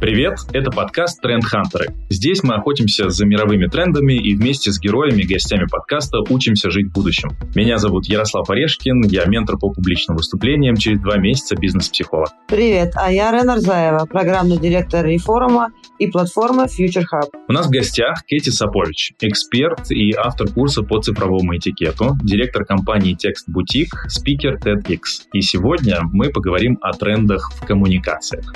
Привет, это подкаст «Тренд-хантеры». Здесь мы охотимся за мировыми трендами и вместе с героями и гостями подкаста учимся жить в будущем. Меня зовут Ярослав Орешкин, я ментор по публичным выступлениям, через 2 месяца бизнес-психолог. Привет, а я Рена Рзаева, программный директор рефорума и платформы Future Hub. У нас в гостях Кэти Сапович, эксперт и автор курса по цифровому этикету, директор компании Text Boutique, спикер TEDx. И сегодня мы поговорим о трендах в коммуникациях.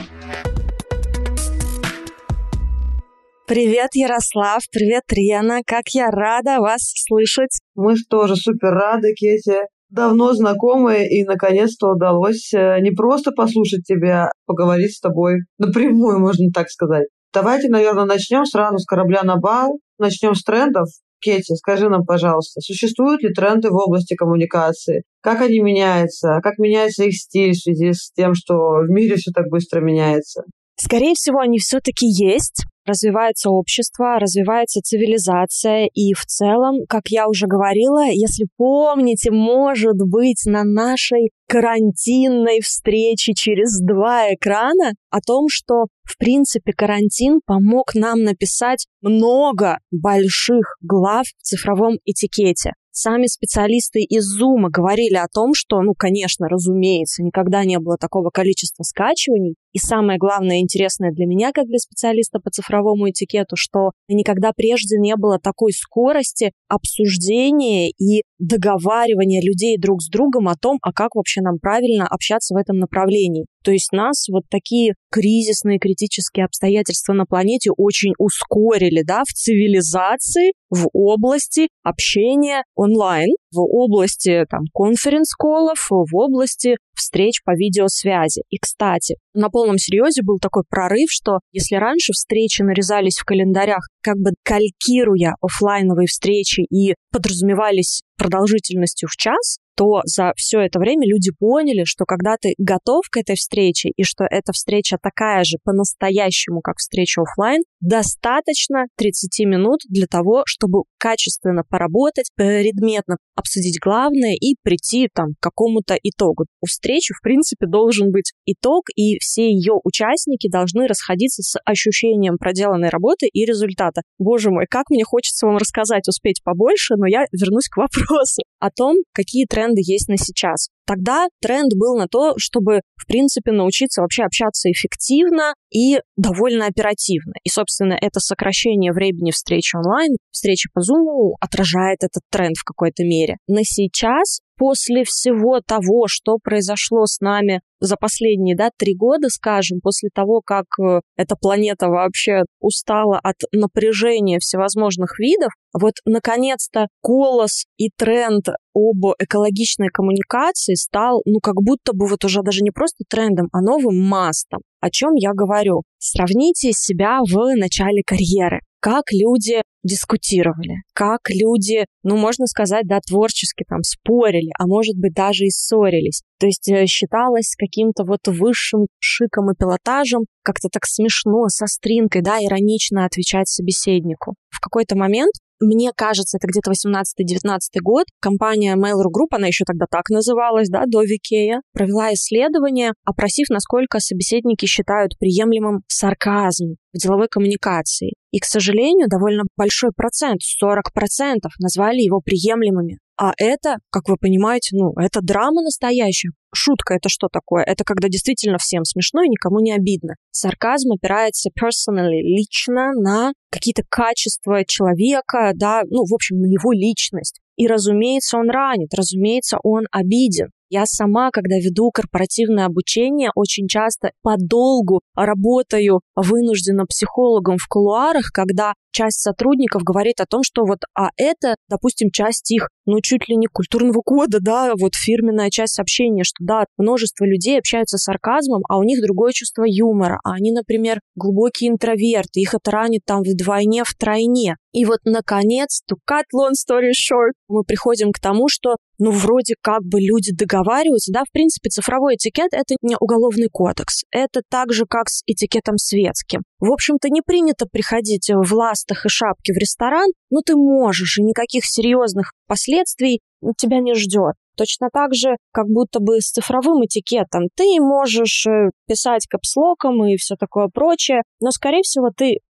Привет, Ярослав, привет, Рена, как я рада вас слышать. Мы тоже супер рады, Кетя. Давно знакомы, и наконец-то удалось не просто послушать тебя, а поговорить с тобой напрямую, можно так сказать. Давайте, наверное, начнем сразу с корабля на бал, начнем с трендов. Кетя, скажи нам, пожалуйста, существуют ли тренды в области коммуникации? Как они меняются? Как меняется их стиль в связи с тем, что в мире все так быстро меняется? Скорее всего, они все-таки есть. Развивается общество, развивается цивилизация, и в целом, как я уже говорила, если помните, может быть, на нашей карантинной встрече через 2 экрана о том, что, в принципе, карантин помог нам написать много больших глав в цифровом этикете. Сами специалисты из Zoom говорили о том, что, конечно, разумеется, никогда не было такого количества скачиваний. И самое главное, интересное для меня, как для специалиста по цифровому этикету, что никогда прежде не было такой скорости обсуждения и договаривания людей друг с другом о том, а как вообще нам правильно общаться в этом направлении. То есть нас вот такие кризисные, критические обстоятельства на планете очень ускорили, в цивилизации, в области общения онлайн, в области конференц-коллов, в области встреч по видеосвязи. И, кстати, на полном серьезе был такой прорыв, что если раньше встречи нарезались в календарях, как бы калькируя офлайновые встречи и подразумевались продолжительностью в час, то за все это время люди поняли, что когда ты готов к этой встрече и что эта встреча такая же по-настоящему, как встреча офлайн, достаточно 30 минут для того, чтобы качественно поработать, предметно обсудить главное и прийти к какому-то итогу. У встречи, в принципе, должен быть итог, и все ее участники должны расходиться с ощущением проделанной работы и результата. Боже мой, как мне хочется вам рассказать, успеть побольше, но я вернусь к вопросу о том, какие тренды есть на сейчас. Тогда тренд был на то, чтобы, в принципе, научиться вообще общаться эффективно и довольно оперативно. И, собственно, это сокращение времени встречи онлайн, встречи по Zoom отражает этот тренд в какой-то мере. На сейчас, после всего того, что произошло с нами за последние 3 года, скажем, после того, как эта планета вообще устала от напряжения всевозможных видов, вот, наконец-то, голос и тренд об экологичной коммуникации стал, как будто бы вот уже даже не просто трендом, а новым мастом. О чем я говорю? Сравните себя в начале карьеры. Как люди дискутировали, как люди, можно сказать, творчески спорили, а может быть даже и ссорились. То есть считалось каким-то высшим шиком и пилотажем как-то так смешно, со стринкой, иронично отвечать собеседнику. В какой-то момент, мне кажется, это где-то 18-19 год, компания Mail.ru Group, она еще тогда так называлась, до Викея, провела исследование, опросив, насколько собеседники считают приемлемым сарказм в деловой коммуникации. И, к сожалению, довольно большой процент, 40%, назвали его приемлемыми. А это, как вы понимаете, это драма настоящая. Шутка — это что такое? Это когда действительно всем смешно и никому не обидно. Сарказм опирается personally, лично на какие-то качества человека, в общем, на его личность. И, разумеется, он ранит, разумеется, он обиден. Я сама, когда веду корпоративное обучение, очень часто подолгу работаю вынужденно психологом в кулуарах, когда часть сотрудников говорит о том, что это, допустим, часть их, чуть ли не культурного кода, фирменная часть общения, что множество людей общаются с сарказмом, а у них другое чувство юмора, а они, например, глубокие интроверты, их это ранит вдвойне, втройне. И наконец, to cut long story short, мы приходим к тому, что вроде как бы люди договариваются, в принципе, цифровой этикет — это не уголовный кодекс, это так же, как с этикетом светским. В общем-то, не принято приходить в ластах и шапке в ресторан, но ты можешь, и никаких серьезных последствий тебя не ждет. Точно так же, как будто бы с цифровым этикетом. Ты можешь писать капслоком и все такое прочее, но, скорее всего,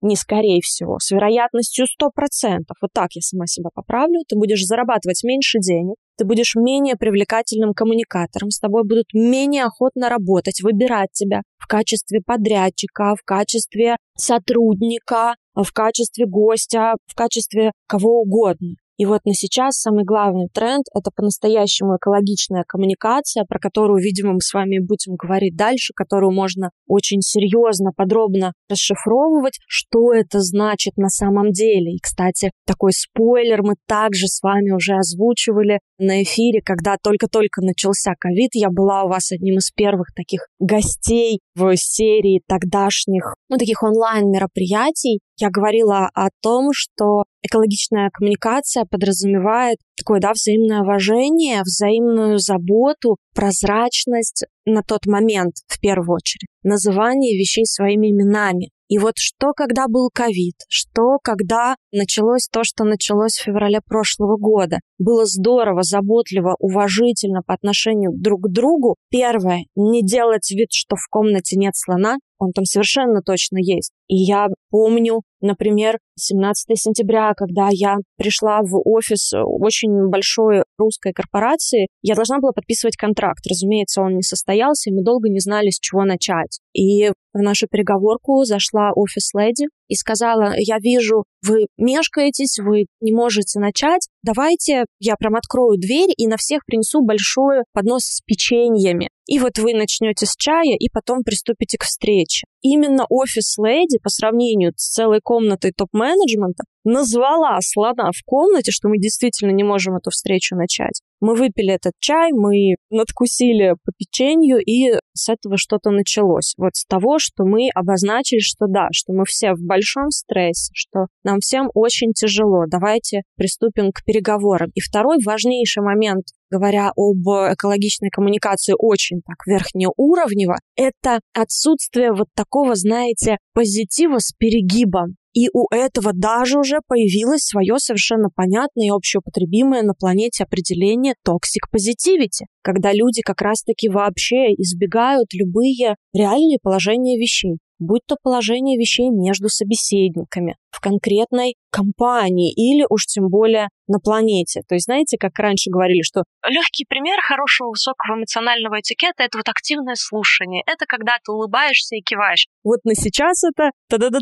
с вероятностью 100%, вот так я сама себя поправлю, ты будешь зарабатывать меньше денег, ты будешь менее привлекательным коммуникатором, с тобой будут менее охотно работать, выбирать тебя в качестве подрядчика, в качестве сотрудника, в качестве гостя, в качестве кого угодно. И вот на сейчас самый главный тренд – это по-настоящему экологичная коммуникация, про которую, видимо, мы с вами будем говорить дальше, которую можно очень серьезно, подробно расшифровывать, что это значит на самом деле. И, кстати, такой спойлер мы также с вами уже озвучивали на эфире, когда только-только начался ковид. Я была у вас одним из первых таких гостей в серии тогдашних, таких онлайн-мероприятий. Я говорила о том, что экологичная коммуникация подразумевает такое, взаимное уважение, взаимную заботу, прозрачность на тот момент, в первую очередь, называние вещей своими именами. И вот что, когда был ковид, что, когда началось то, что началось в феврале прошлого года. Было здорово, заботливо, уважительно по отношению друг к другу. Первое, не делать вид, что в комнате нет слона, он там совершенно точно есть. И я помню, например, 17 сентября, когда я пришла в офис очень большой русской корпорации, я должна была подписывать контракт. Разумеется, он не состоялся, и мы долго не знали, с чего начать. И в нашу переговорку зашла офис-леди и сказала: я вижу, вы мешкаетесь, вы не можете начать. Давайте я прям открою дверь и на всех принесу большой поднос с печеньями. И вот вы начнете с чая и потом приступите к встрече. Именно офис-леди по сравнению с целой комнатой топ-менеджмента назвала слона в комнате, что мы действительно не можем эту встречу начать. Мы выпили этот чай, мы надкусили по печенью, и с этого что-то началось. Вот с того, что мы обозначили, что что мы все в большом стрессе, что нам всем очень тяжело. Давайте приступим к переговорам. И второй важнейший момент, говоря об экологичной коммуникации очень так верхнеуровнево, это отсутствие вот такого, знаете, позитива с перегибом. И у этого даже уже появилось свое совершенно понятное и общеупотребимое на планете определение toxic positivity, когда люди как раз-таки вообще избегают любые реальные положения вещей, будь то положение вещей между собеседниками, в конкретной компании или уж тем более на планете. То есть, знаете, как раньше говорили, что легкий пример хорошего высокого эмоционального этикета – это вот активное слушание. Это когда ты улыбаешься и киваешь. Вот на сейчас это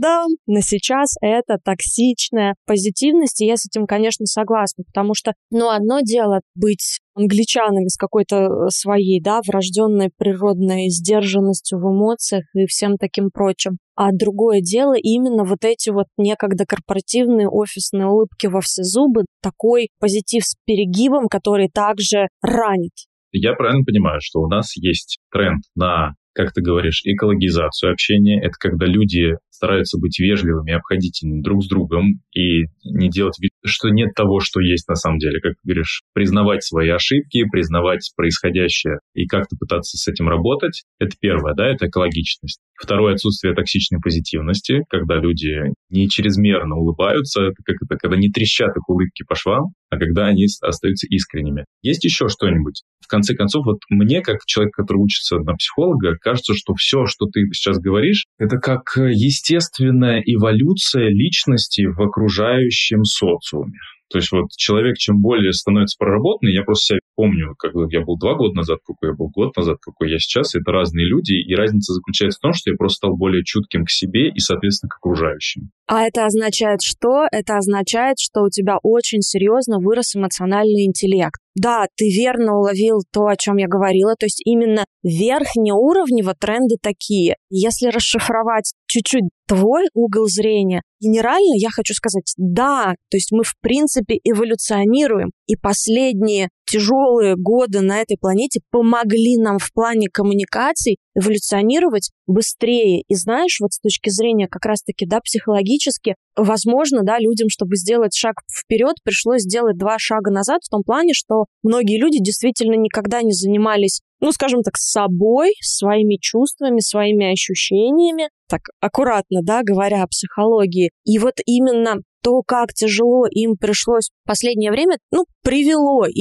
на сейчас это токсичная позитивность, и я с этим, конечно, согласна, потому что, одно дело быть англичанами с какой-то своей, врожденной природной сдержанностью в эмоциях и всем таким прочим. А другое дело именно вот эти вот некогда корпоративные офисные улыбки во все зубы, такой позитив с перегибом, который также ранит. Я правильно понимаю, что у нас есть тренд на, как ты говоришь, экологизацию общения. Это когда люди стараются быть вежливыми, обходительными друг с другом и не делать вид, что нет того, что есть на самом деле. Как ты говоришь, признавать свои ошибки, признавать происходящее и как-то пытаться с этим работать. Это первое, это экологичность. Второе — отсутствие токсичной позитивности, когда люди не чрезмерно улыбаются, когда не трещат их улыбки по швам, а когда они остаются искренними. Есть еще что-нибудь? В конце концов, вот мне, как человек, который учится на психолога, кажется, что все, что ты сейчас говоришь, это как естественная эволюция личности в окружающем социуме. То есть вот человек, чем более становится проработанный, я просто себя помню, как я был 2 года назад, какой я был год назад, какой я сейчас, это разные люди, и разница заключается в том, что я просто стал более чутким к себе и, соответственно, к окружающим. А это означает что? Это означает, что у тебя очень серьезно вырос эмоциональный интеллект. Да, ты верно уловил то, о чем я говорила, то есть именно верхнеуровнево тренды такие. Если расшифровать чуть-чуть твой угол зрения, генерально я хочу сказать, то есть мы в принципе эволюционируем, и последние тяжелые годы на этой планете помогли нам в плане коммуникаций эволюционировать быстрее. И знаешь, вот с точки зрения как раз-таки, психологически, возможно, людям, чтобы сделать шаг вперед, пришлось сделать 2 шага назад в том плане, что многие люди действительно никогда не занимались, скажем так, собой, своими чувствами, своими ощущениями, так аккуратно, говоря о психологии. И вот именно то, как тяжело им пришлось в последнее время, привело их к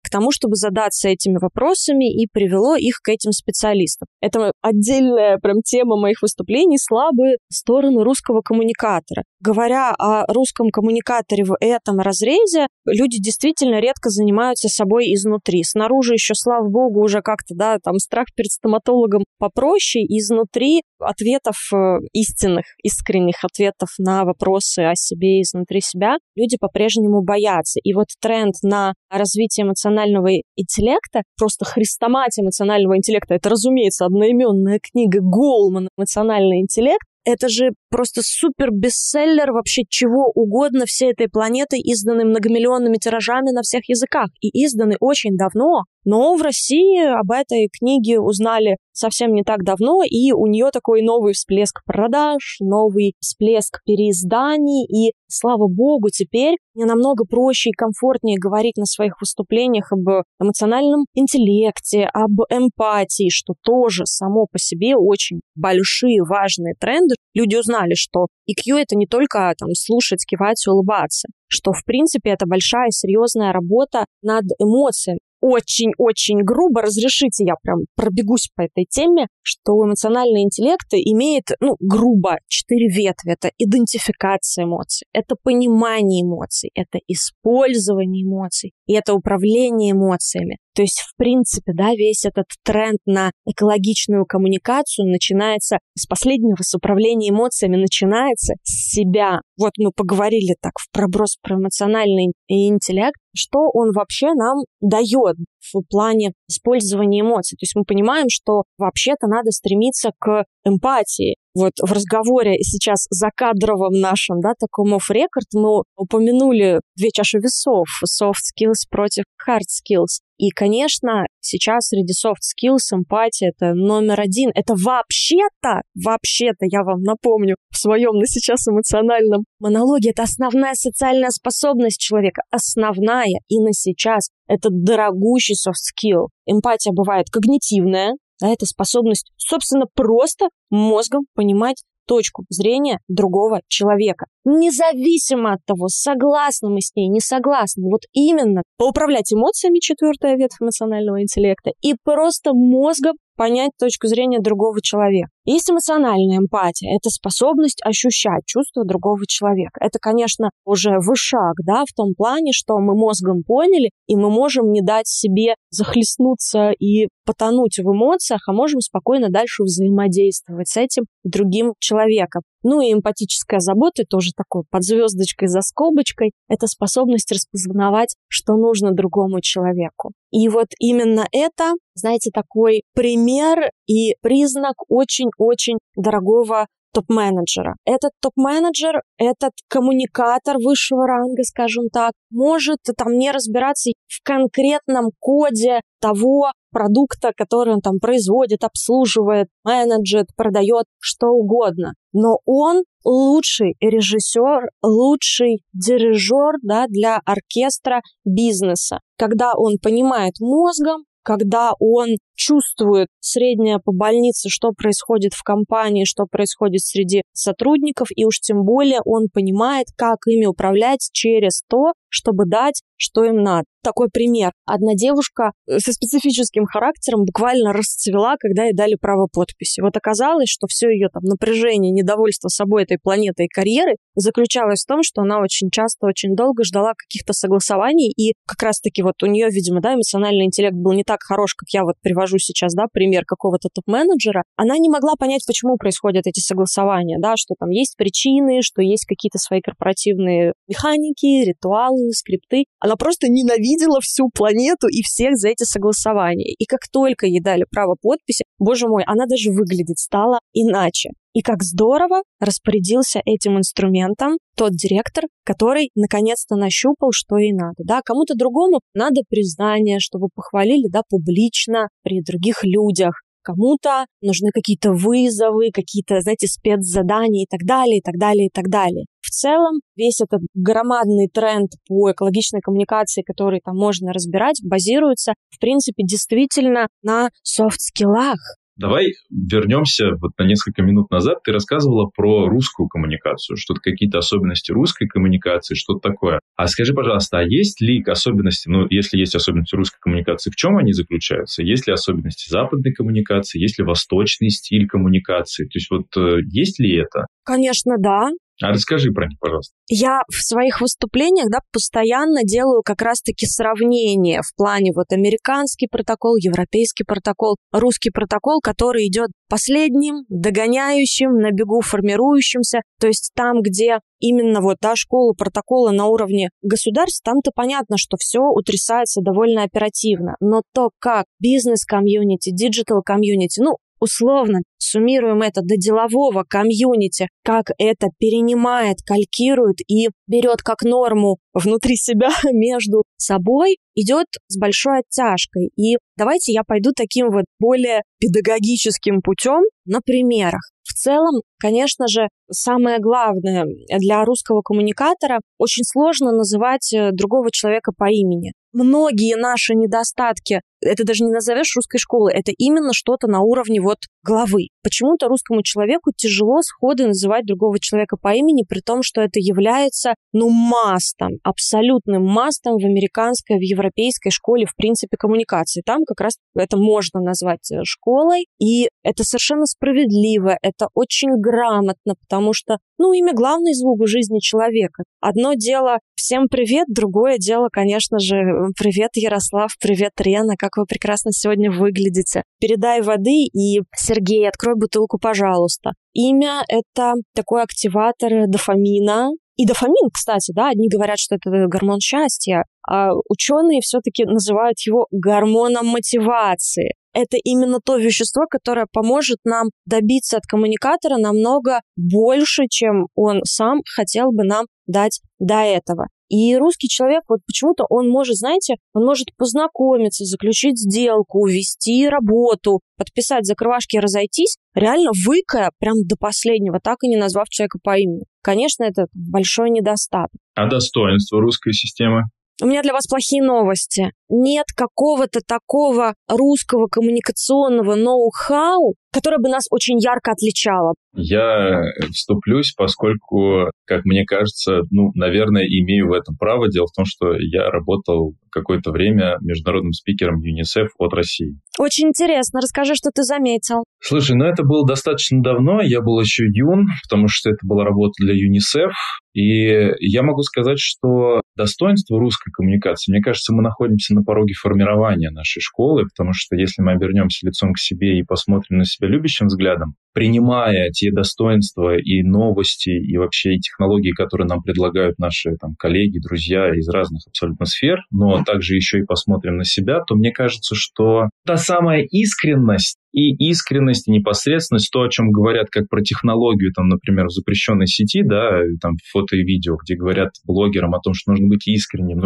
к тому, чтобы задаться этими вопросами и привело их к этим специалистам. Это отдельная прям тема моих выступлений — слабые стороны русского коммуникатора. Говоря о русском коммуникаторе в этом разрезе, люди действительно редко занимаются собой изнутри. Снаружи еще, слава богу, уже как-то, да, там страх перед стоматологом попроще, и изнутри ответов истинных, искренних ответов на вопросы о себе изнутри себя люди по-прежнему боятся. И вот тренд на развитие эмоционального интеллекта, просто хрестоматия эмоционального интеллекта, это, разумеется, одноименная книга Голмана «Эмоциональный интеллект», это же просто супер бестселлер вообще чего угодно всей этой планеты, изданный многомиллионными тиражами на всех языках. И изданный очень давно. Но в России об этой книге узнали совсем не так давно, и у нее такой новый всплеск продаж, новый всплеск переизданий, и, слава богу, теперь мне намного проще и комфортнее говорить на своих выступлениях об эмоциональном интеллекте, об эмпатии, что тоже само по себе очень большие, важные тренды. Люди узнали, что EQ — это не только там слушать, кивать и улыбаться, что, в принципе, это большая, серьезная работа над эмоциями. Очень-очень грубо, разрешите, я прям пробегусь по этой теме, что эмоциональный интеллект имеет, грубо, 4 ветви. Это идентификация эмоций, это понимание эмоций, это использование эмоций, и это управление эмоциями. То есть, в принципе, да, весь этот тренд на экологичную коммуникацию начинается с последнего, с управления эмоциями, начинается с себя. Вот мы поговорили так в проброс про эмоциональный интеллект, что он вообще нам дает в плане использования эмоций. То есть мы понимаем, что вообще-то надо стремиться к эмпатии. Вот в разговоре сейчас закадровом нашем, да, таком off-record, мы упомянули 2 чаши весов, soft skills против hard skills. И, конечно, сейчас среди soft skills эмпатия — это номер 1. Это вообще-то, я вам напомню, в своем на сейчас эмоциональном монологе, это основная социальная способность человека. Основная и на сейчас. Это дорогущий soft skill. Эмпатия бывает когнитивная, да, это способность, собственно, просто мозгом понимать точку зрения другого человека. Независимо от того, согласны мы с ней, не согласны. Вот именно поуправлять эмоциями, 4-я ветвь эмоционального интеллекта, и просто мозгом понять точку зрения другого человека. Есть эмоциональная эмпатия, это способность ощущать чувства другого человека. Это, конечно, уже вышаг, да, в том плане, что мы мозгом поняли, и мы можем не дать себе захлестнуться и потонуть в эмоциях, а можем спокойно дальше взаимодействовать с этим другим человеком. Ну и эмпатическая забота, тоже такой под звездочкой, за скобочкой, это способность распознавать, что нужно другому человеку. И вот именно это, знаете, такой пример и признак очень-очень дорогого топ-менеджера. Этот топ-менеджер, этот коммуникатор высшего ранга, скажем так, может там не разбираться в конкретном коде того продукта, который он там производит, обслуживает, менеджет, продает, что угодно. Но он лучший режиссер, лучший дирижер, да, для оркестра бизнеса. Когда он понимает мозгом, когда он чувствует среднее по больнице, что происходит в компании, что происходит среди сотрудников, и уж тем более он понимает, как ими управлять через то, чтобы дать, что им надо. Такой пример. Одна девушка со специфическим характером буквально расцвела, когда ей дали право подписи. Вот оказалось, что все ее там напряжение, недовольство собой, этой планетой и карьерой заключалось в том, что она очень часто, очень долго ждала каких-то согласований, и как раз-таки вот у нее, видимо, да, эмоциональный интеллект был не так хорош, как я вот привожу сейчас, да, пример какого-то топ-менеджера. Она не могла понять, почему происходят эти согласования, да, что там есть причины, что есть какие-то свои корпоративные механики, ритуалы, скрипты. Она просто ненавидела всю планету и всех за эти согласования. И как только ей дали право подписи, боже мой, она даже выглядеть стала иначе. И как здорово распорядился этим инструментом тот директор, который наконец-то нащупал, что ей надо. Да, кому-то другому надо признание, чтобы похвалили, да, публично при других людях. Кому-то нужны какие-то вызовы, какие-то, знаете, спецзадания и так далее, и так далее, и так далее. В целом, весь этот громадный тренд по экологичной коммуникации, который там можно разбирать, базируется, в принципе, действительно на софт-скиллах. Давай вернемся вот на несколько минут назад. Ты рассказывала про русскую коммуникацию, что-то какие-то особенности русской коммуникации, что-то такое. А скажи, пожалуйста, а есть ли особенности, если есть особенности русской коммуникации, в чем они заключаются? Есть ли особенности западной коммуникации? Есть ли восточный стиль коммуникации? То есть есть ли это? Конечно, да. А расскажи про них, пожалуйста. Я в своих выступлениях, постоянно делаю как раз-таки сравнение в плане американский протокол, европейский протокол, русский протокол, который идет последним, догоняющим, на бегу формирующимся. То есть там, где именно школа протокола на уровне государств, там-то понятно, что все утрясается довольно оперативно. Но то, как бизнес-комьюнити, диджитал-комьюнити, условно, суммируем это до делового комьюнити, как это перенимает, калькирует и берет как норму внутри себя между собой, идет с большой оттяжкой. И давайте я пойду таким более педагогическим путем на примерах. В целом, конечно же, самое главное для русского коммуникатора — очень сложно называть другого человека по имени. Многие наши недостатки, это даже не назовешь русской школой, это именно что-то на уровне главы. Почему-то русскому человеку тяжело сходу называть другого человека по имени, при том, что это является, мастом, абсолютным мастом в американской, в европейской школе, в принципе, коммуникации. Там как раз это можно назвать школой, и это совершенно справедливо, это очень грамотно, потому что, имя — главный звук в жизни человека. Одно дело «всем привет», другое дело, конечно же, «привет, Ярослав», «привет, Рена», как вы прекрасно сегодня выглядите. Передай воды и, Сергей, открой бутылку, пожалуйста. Имя — это такой активатор дофамина. И дофамин, кстати, одни говорят, что это гормон счастья, а ученые все-таки называют его гормоном мотивации. Это именно то вещество, которое поможет нам добиться от коммуникатора намного больше, чем он сам хотел бы нам дать до этого. И русский человек, почему-то он может, он может познакомиться, заключить сделку, вести работу, подписать закрывашки и разойтись, реально выкая прям до последнего, так и не назвав человека по имени. Конечно, это большой недостаток. А достоинство русской системы? У меня для вас плохие новости. Нет какого-то такого русского коммуникационного ноу-хау, которое бы нас очень ярко отличало. Я вступлюсь, поскольку, как мне кажется, наверное, имею в этом право. Дело в том, что я работал какое-то время международным спикером ЮНИСЕФ от России. Очень интересно. Расскажи, что ты заметил. Слушай, это было достаточно давно. Я был еще юн, потому что это была работа для ЮНИСЕФ. И я могу сказать, что достоинство русской коммуникации, мне кажется, мы находимся на пороге формирования нашей школы, потому что если мы обернемся лицом к себе и посмотрим на себя любящим взглядом, принимая те достоинства и новости, и вообще и технологии, которые нам предлагают наши коллеги, друзья из разных абсолютно сфер, но также еще и посмотрим на себя, то мне кажется, что та самая искренность и непосредственность, то, о чем говорят как про технологию, например, в запрещенной сети, фото и видео, где говорят блогерам о том, что нужно быть искренним,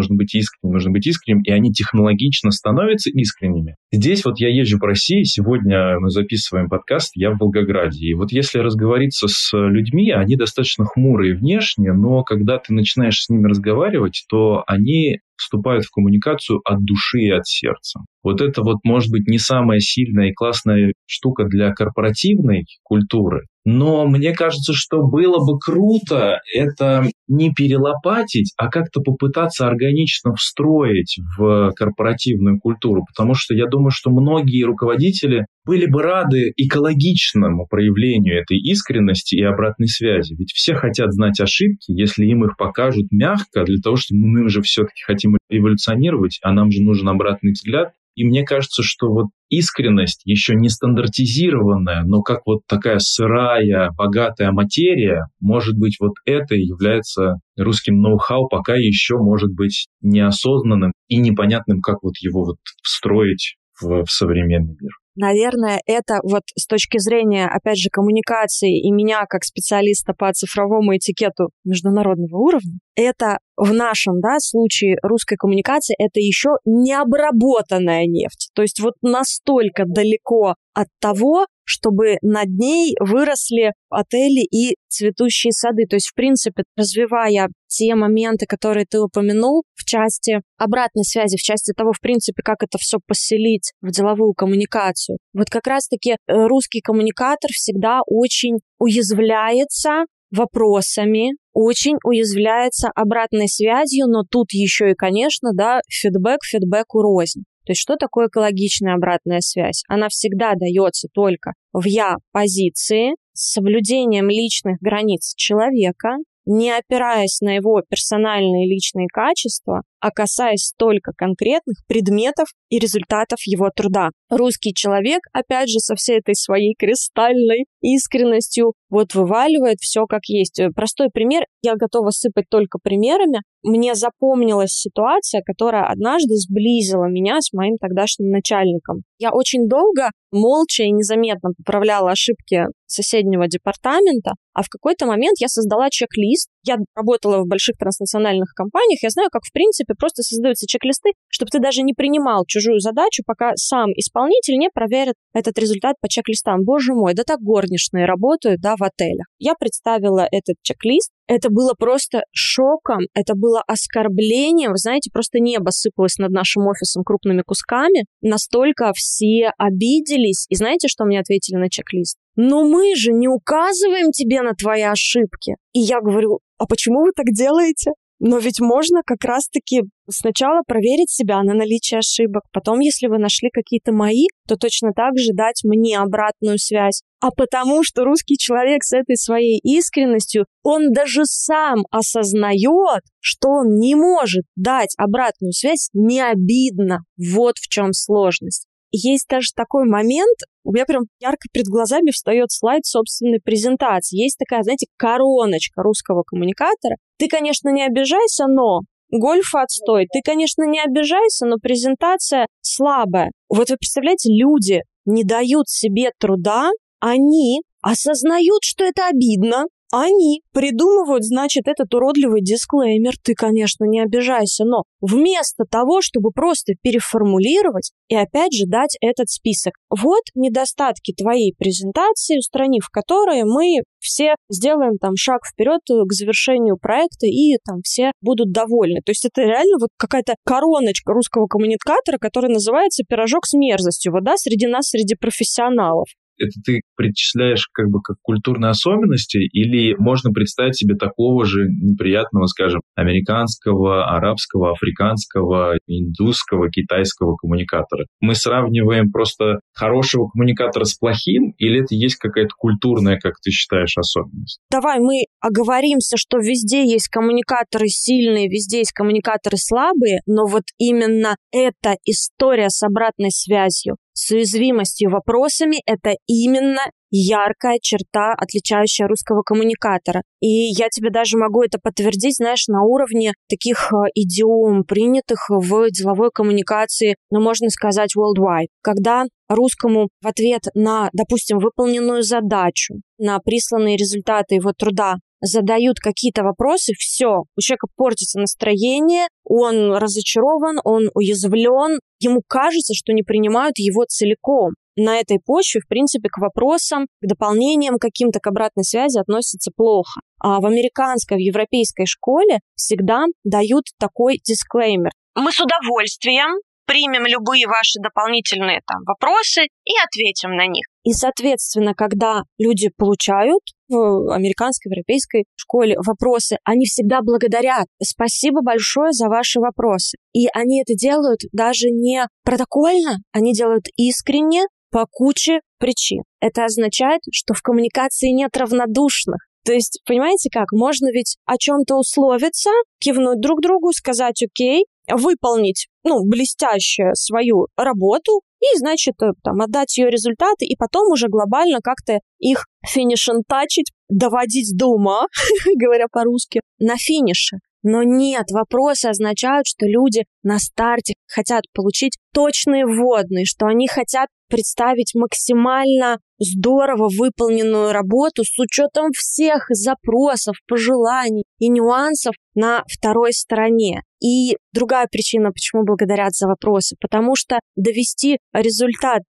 и они технологично становятся искренними. Здесь я езжу по России, сегодня мы записываем подкаст, я в Волгограде, и если разговориться с людьми, они достаточно хмурые внешне, но когда ты начинаешь с ними разговаривать, то они вступают в коммуникацию от души и от сердца. Это может быть не самая сильная и классная штука для корпоративной культуры, но мне кажется, что было бы круто это не перелопатить, а как-то попытаться органично встроить в корпоративную культуру, потому что я думаю, что многие руководители были бы рады экологичному проявлению этой искренности и обратной связи. Ведь все хотят знать ошибки, если им их покажут мягко, для того, чтобы мы же все-таки хотим эволюционировать, а нам же нужен обратный взгляд. И мне кажется, что искренность, еще не стандартизированная, но как такая сырая, богатая материя, может быть, это и является русским ноу-хау, пока еще может быть неосознанным и непонятным, как его встроить в современный мир. Наверное, это с точки зрения, опять же, коммуникации и меня как специалиста по цифровому этикету международного уровня, это в нашем случае русской коммуникации это еще необработанная нефть. То есть настолько далеко от того, чтобы над ней выросли отели и цветущие сады. То есть, в принципе, развивая те моменты, которые ты упомянул в части обратной связи, в части того, в принципе, как это все поселить в деловую коммуникацию. Вот как раз-таки русский коммуникатор всегда очень уязвляется вопросами, очень уязвляется обратной связью, но тут еще и, конечно, фидбэку рознь. То есть что такое экологичная обратная связь? Она всегда дается только в я-позиции с соблюдением личных границ человека, не опираясь на его персональные личные качества, а касаясь только конкретных предметов и результатов его труда. Русский человек, опять же, со всей этой своей кристальной искренностью, вываливает все как есть. Простой пример, я готова сыпать только примерами. Мне запомнилась ситуация, которая однажды сблизила меня с моим тогдашним начальником. Я очень долго, молча и незаметно поправляла ошибки соседнего департамента, а в какой-то момент я создала чек-лист. Я работала в больших транснациональных компаниях, я знаю, как, в принципе, просто создаются чек-листы, чтобы ты даже не принимал чужую задачу, пока сам исполнитель не проверит этот результат по чек-листам. Боже мой, да так горничные работают, в отелях. Я представила этот чек-лист, это было просто шоком, это было оскорблением. Вы знаете, просто небо сыпалось над нашим офисом крупными кусками. Настолько все обиделись. И знаете, что мне ответили на чек-лист? Но мы же не указываем тебе на твои ошибки. И я говорю, а почему вы так делаете? Но ведь можно как раз-таки сначала проверить себя на наличие ошибок. Потом, если вы нашли какие-то мои, то точно так же дать мне обратную связь. А потому что русский человек с этой своей искренностью, он даже сам осознает, что он не может дать обратную связь не обидно. Вот в чем сложность. Есть даже такой момент, у меня прям ярко перед глазами встает слайд собственной презентации. Есть такая, знаете, короночка русского коммуникатора. Ты, конечно, не обижайся, но гольф отстой. Ты, конечно, не обижайся, но презентация слабая. Вот вы представляете, люди не дают себе труда, они осознают, что это обидно, они придумывают, значит, этот уродливый дисклеймер. Ты, конечно, не обижайся, но вместо того, чтобы просто переформулировать и опять же дать этот список. Вот недостатки твоей презентации, устранив которые, мы все сделаем шаг вперед к завершению проекта, и все будут довольны. То есть это реально какая-то короночка русского коммуникатора, которая называется «пирожок с мерзостью». Среди нас, среди профессионалов. Это ты причисляешь как культурные особенности, или можно представить себе такого же неприятного, скажем, американского, арабского, африканского, индусского, китайского коммуникатора? Мы сравниваем просто хорошего коммуникатора с плохим, или это есть какая-то культурная, как ты считаешь, особенность? Давай мы оговоримся, что везде есть коммуникаторы сильные, везде есть коммуникаторы слабые, но именно эта история с обратной связью, с уязвимостью вопросами – это именно яркая черта, отличающая русского коммуникатора. И я тебе даже могу это подтвердить, на уровне таких идиом, принятых в деловой коммуникации, можно сказать, worldwide. Когда русскому в ответ на, допустим, выполненную задачу, на присланные результаты его труда задают какие-то вопросы, все, у человека портится настроение, он разочарован, он уязвлен, ему кажется, что не принимают его целиком. На этой почве, в принципе, к вопросам, к дополнениям каким-то, к обратной связи относятся плохо. А в американской, в европейской школе всегда дают такой дисклеймер. Мы с удовольствием примем любые ваши дополнительные вопросы и ответим на них. И, соответственно, когда люди получают в американской, европейской школе вопросы, они всегда благодарят. Спасибо большое за ваши вопросы. И они это делают даже не протокольно, они делают искренне по куче причин. Это означает, что в коммуникации нет равнодушных. То есть, понимаете как? Можно ведь о чем-то условиться, кивнуть друг другу, сказать «окей», выполнить, блестяще свою работу и, значит, отдать ее результаты, и потом уже глобально как-то их финишентачить, доводить до ума, говоря по-русски, на финише. Но нет, вопросы означают, что люди на старте хотят получить точные вводные, что они хотят представить максимально здорово выполненную работу с учетом всех запросов, пожеланий и нюансов на второй стороне. И другая причина, почему благодарят за вопросы, потому что довести результат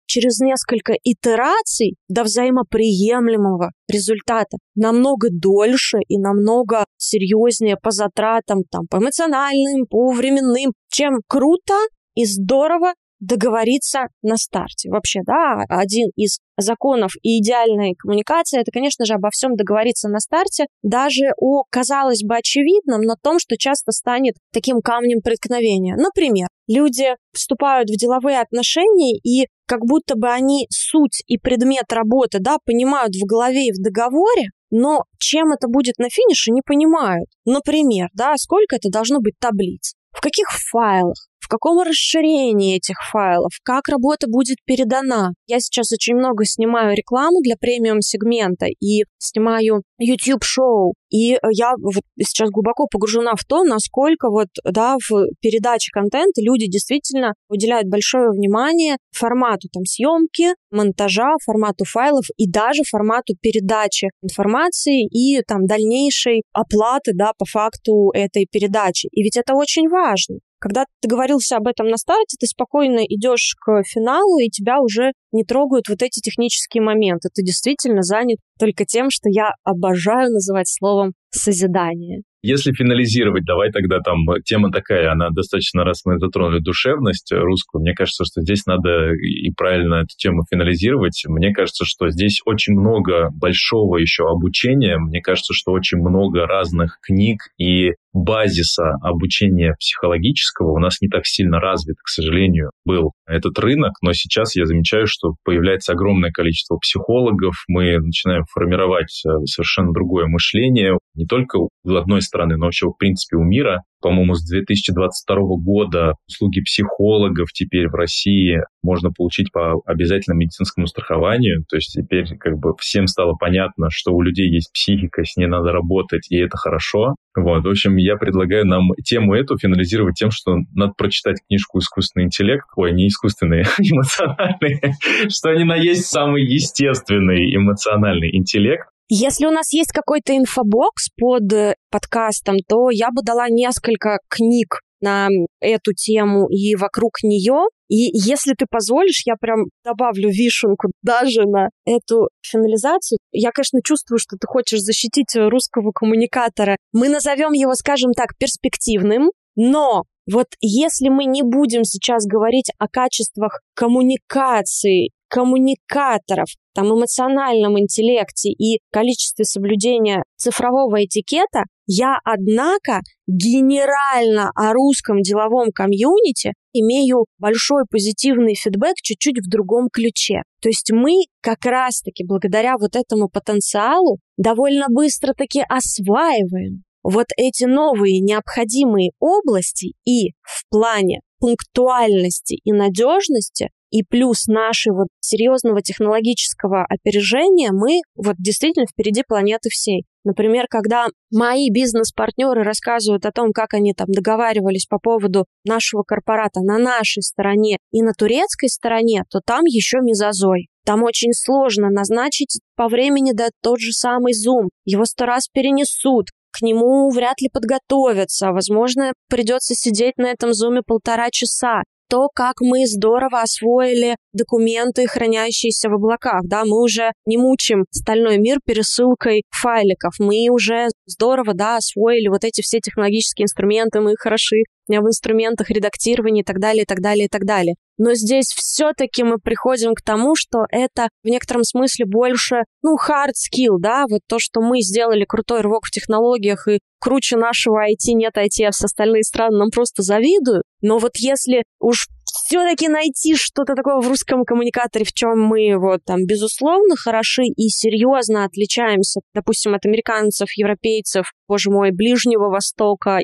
через несколько итераций до взаимоприемлемого результата намного дольше и намного серьезнее по затратам, там, по эмоциональным, по временным, чем круто и здорово договориться на старте. Вообще, да, один из законов и идеальной коммуникации — это, конечно же, обо всем договориться на старте, даже о, казалось бы, очевидном, но том, что часто станет таким камнем преткновения. Например, люди вступают в деловые отношения, и как будто бы они суть и предмет работы, да, понимают в голове и в договоре, но чем это будет на финише, не понимают. Например, да, сколько это должно быть таблиц, в каких файлах, в каком расширении этих файлов, как работа будет передана. Я сейчас очень много снимаю рекламу для премиум-сегмента и снимаю YouTube-шоу. И я вот сейчас глубоко погружена в то, насколько вот, да, в передаче контента люди действительно уделяют большое внимание формату там съемки, монтажа, формату файлов и даже формату передачи информации и там дальнейшей оплаты, да, по факту этой передачи. И ведь это очень важно. Когда ты договорился об этом на старте, ты спокойно идешь к финалу, и тебя уже не трогают вот эти технические моменты. Ты действительно занят только тем, что я обожаю называть словом «созидание». Если финализировать, давай тогда там тема такая, она достаточно, раз мы затронули душевность русскую, мне кажется, что здесь надо и правильно эту тему финализировать. Мне кажется, что здесь очень много большого еще обучения, мне кажется, что очень много разных книг и базиса обучения психологического у нас не так сильно развит, к сожалению, был этот рынок, но сейчас я замечаю, что появляется огромное количество психологов, мы начинаем формировать совершенно другое мышление, не только у одной страны, но вообще, в принципе, у мира. По-моему, с 2022 года услуги психологов теперь в России можно получить по обязательному медицинскому страхованию. То есть теперь как бы всем стало понятно, что у людей есть психика, с ней надо работать, и это хорошо. Вот, в общем, я предлагаю нам тему эту финализировать тем, что надо прочитать книжку «Искусственный интеллект». Ой, не искусственный, эмоциональный. Что ни на есть самый естественный эмоциональный интеллект. Если у нас есть какой-то инфобокс под подкастом, то я бы дала несколько книг на эту тему и вокруг нее. И если ты позволишь, я прям добавлю вишенку даже на эту финализацию. Я, конечно, чувствую, что ты хочешь защитить русского коммуникатора. Мы назовем его, скажем так, перспективным, но вот если мы не будем сейчас говорить о качествах коммуникации, коммуникаторов, там, эмоциональном интеллекте и количестве соблюдения цифрового этикета, я, однако, генерально о русском деловом комьюнити имею большой позитивный фидбэк чуть-чуть в другом ключе. То есть мы как раз-таки благодаря вот этому потенциалу довольно быстро-таки осваиваем вот эти новые необходимые области и в плане пунктуальности и надежности, и плюс нашего вот серьезного технологического опережения мы вот действительно впереди планеты всей. Например, когда мои бизнес-партнеры рассказывают о том, как они там договаривались по поводу нашего корпората на нашей стороне и на турецкой стороне, то там еще мезозой. Там очень сложно назначить по времени, да, тот же самый Zoom. Его 100 раз перенесут. К нему вряд ли подготовятся. Возможно, придется сидеть на этом зуме 1,5 часа. То, как мы здорово освоили документы, хранящиеся в облаках. Да, мы уже не мучим стальной мир пересылкой файликов. Мы уже здорово, да, освоили вот эти все технологические инструменты. Мы хороши в инструментах редактирования и так далее, и так далее, и так далее. Но здесь все-таки мы приходим к тому, что это в некотором смысле больше, hard skill, да, вот то, что мы сделали крутой рывок в технологиях и круче нашего IT нет IT, а все остальные страны нам просто завидуют. Но вот если уж все-таки найти что-то такое в русском коммуникаторе, в чем мы вот там безусловно хороши и серьезно отличаемся, допустим, от американцев, европейцев, боже мой, Ближнего Востока,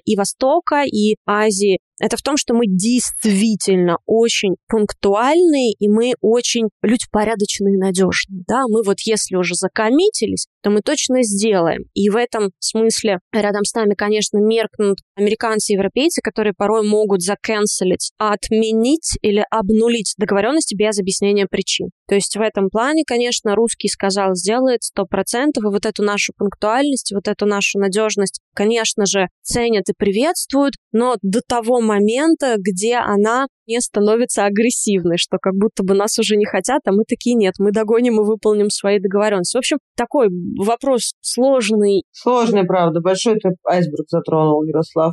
и Азии, это в том, что мы действительно очень пунктуальные, и мы очень люди порядочные и надежные. Да? Мы вот если уже закоммитились, то мы точно сделаем. И в этом смысле рядом с нами, конечно, меркнут американцы и европейцы, которые порой могут заканцелить, отменить или обнулить договоренности без объяснения причин. То есть в этом плане, конечно, русский сказал, сделает 100%, и вот эту нашу пунктуальность, вот эту нашу надежность, конечно же, ценят и приветствуют, но до того момента, где она не становится агрессивной, что как будто бы нас уже не хотят, а мы такие нет, мы догоним и выполним свои договоренности. В общем, такой вопрос сложный. Сложный, правда. Большой ты айсберг затронул, Ярослав.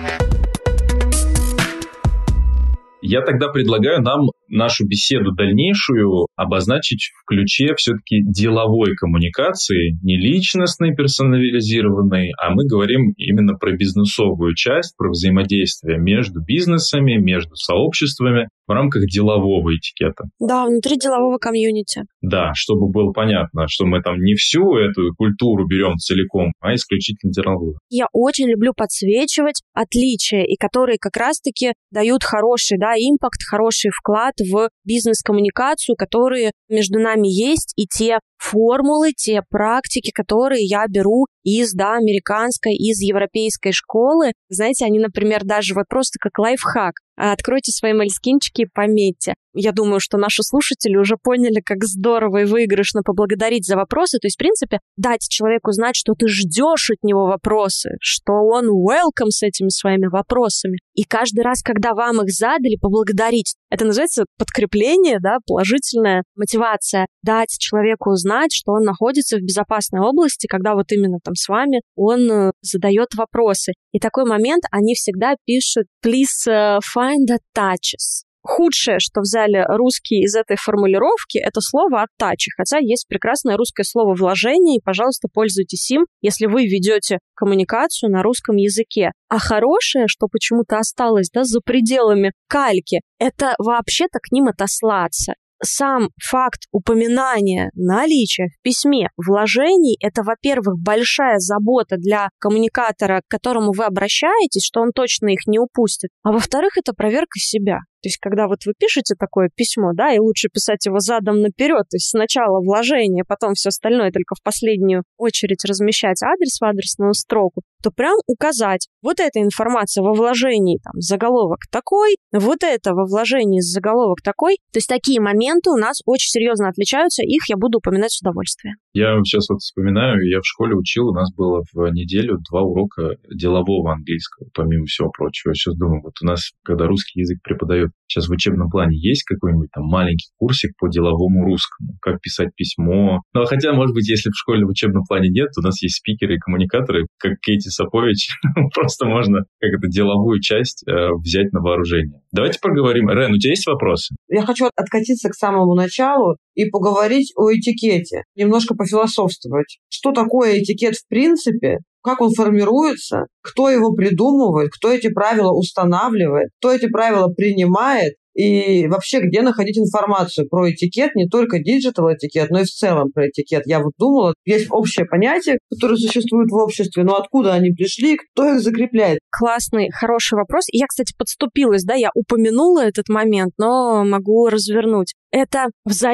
Я тогда предлагаю нам нашу беседу дальнейшую обозначить в ключе все-таки деловой коммуникации, не личностной, персонализированной, а мы говорим именно про бизнесовую часть, про взаимодействие между бизнесами, между сообществами в рамках делового этикета. Да, внутри делового комьюнити. Да, чтобы было понятно, что мы там не всю эту культуру берем целиком, а исключительно деловую. Я очень люблю подсвечивать отличия, и которые как раз-таки дают хороший, импакт, хороший вклад в бизнес-коммуникацию, которые между нами есть, и те формулы, те практики, которые я беру из американской, из европейской школы. Знаете, они, например, даже вот просто как лайфхак. Откройте свои мольскинчики и пометьте. Я думаю, что наши слушатели уже поняли, как здорово и выигрышно поблагодарить за вопросы. То есть, в принципе, дать человеку знать, что ты ждешь от него вопросы, что он welcome с этими своими вопросами. И каждый раз, когда вам их задали, поблагодарить. Это называется подкрепление, положительная мотивация. Дать человеку знать, что он находится в безопасной области, когда вот именно там с вами он задает вопросы. И такой момент они всегда пишут «Please find the touches». Худшее, что взяли русские из этой формулировки, это слово «оттачи», хотя есть прекрасное русское слово «вложение», и, пожалуйста, пользуйтесь им, если вы ведете коммуникацию на русском языке. А хорошее, что почему-то осталось за пределами кальки, это вообще-то к ним отослаться. Сам факт упоминания наличия в письме вложений – это, во-первых, большая забота для коммуникатора, к которому вы обращаетесь, что он точно их не упустит. А во-вторых, это проверка себя. То есть, когда вот вы пишете такое письмо, и лучше писать его задом наперед, то есть сначала вложение, потом все остальное, только в последнюю очередь размещать адрес в адресную строку, то прям указать, вот эта информация во вложении, заголовок такой, вот это во вложении заголовок такой. То есть такие моменты у нас очень серьезно отличаются, их я буду упоминать с удовольствием. Я сейчас вспоминаю, я в школе учил, у нас было в неделю 2 урока делового английского, помимо всего прочего. Я сейчас думаю, вот у нас, когда русский язык преподают, сейчас в учебном плане есть какой-нибудь маленький курсик по деловому русскому, как писать письмо. Хотя, может быть, если в школе в учебном плане нет, у нас есть спикеры и коммуникаторы, как Кейти Сапович, просто можно деловую часть взять на вооружение. Давайте поговорим. Рен, у тебя есть вопросы? Я хочу откатиться к самому началу и поговорить о этикете, немножко пофилософствовать. Что такое этикет в принципе, как он формируется, кто его придумывает, кто эти правила устанавливает, кто эти правила принимает, и вообще где находить информацию про этикет, не только диджитал-этикет, но и в целом про этикет. Я думала, есть общее понятие, которое существует в обществе, но откуда они пришли, кто их закрепляет? Классный, хороший вопрос. Я, кстати, подступилась, я упомянула этот момент, но могу развернуть. Это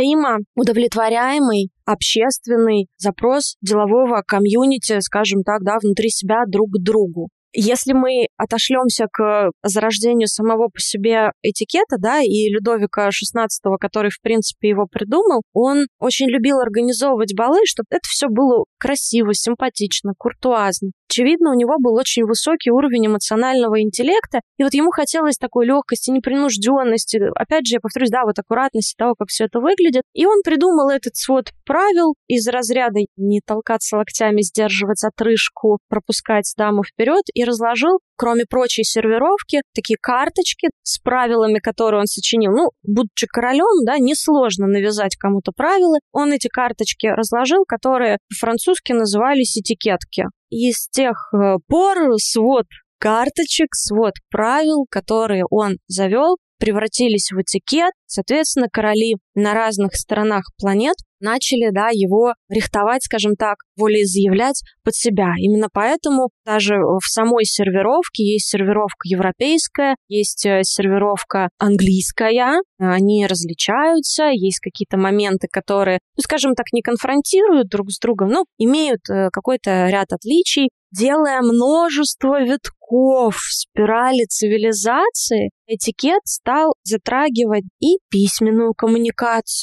взаимоудовлетворяемый общественный запрос делового комьюнити, скажем так, внутри себя друг к другу. Если мы отошлемся к зарождению самого по себе этикета, и Людовика XVI, который, в принципе, его придумал, он очень любил организовывать балы, чтобы это все было красиво, симпатично, куртуазно. Очевидно, у него был очень высокий уровень эмоционального интеллекта, и вот ему хотелось такой легкости, непринужденности, опять же, я повторюсь, аккуратности того, как все это выглядит. И он придумал этот свод правил из разряда не толкаться локтями, сдерживать отрыжку, пропускать даму вперед, и разложил, кроме прочей сервировки, такие карточки с правилами, которые он сочинил. Будучи королем, несложно навязать кому-то правила. Он эти карточки разложил, которые по-французски назывались этикетки. И с тех пор свод карточек, свод правил, которые он завел, превратились в этикет. Соответственно, короли на разных сторонах планет начали, его рихтовать, скажем так, волеизъявлять под себя. Именно поэтому даже в самой сервировке есть сервировка европейская, есть сервировка английская. Они различаются, есть какие-то моменты, которые, скажем так, не конфронтируют друг с другом, но имеют какой-то ряд отличий. Делая множество витков в спирали цивилизации, этикет стал затрагивать и письменную коммуникацию,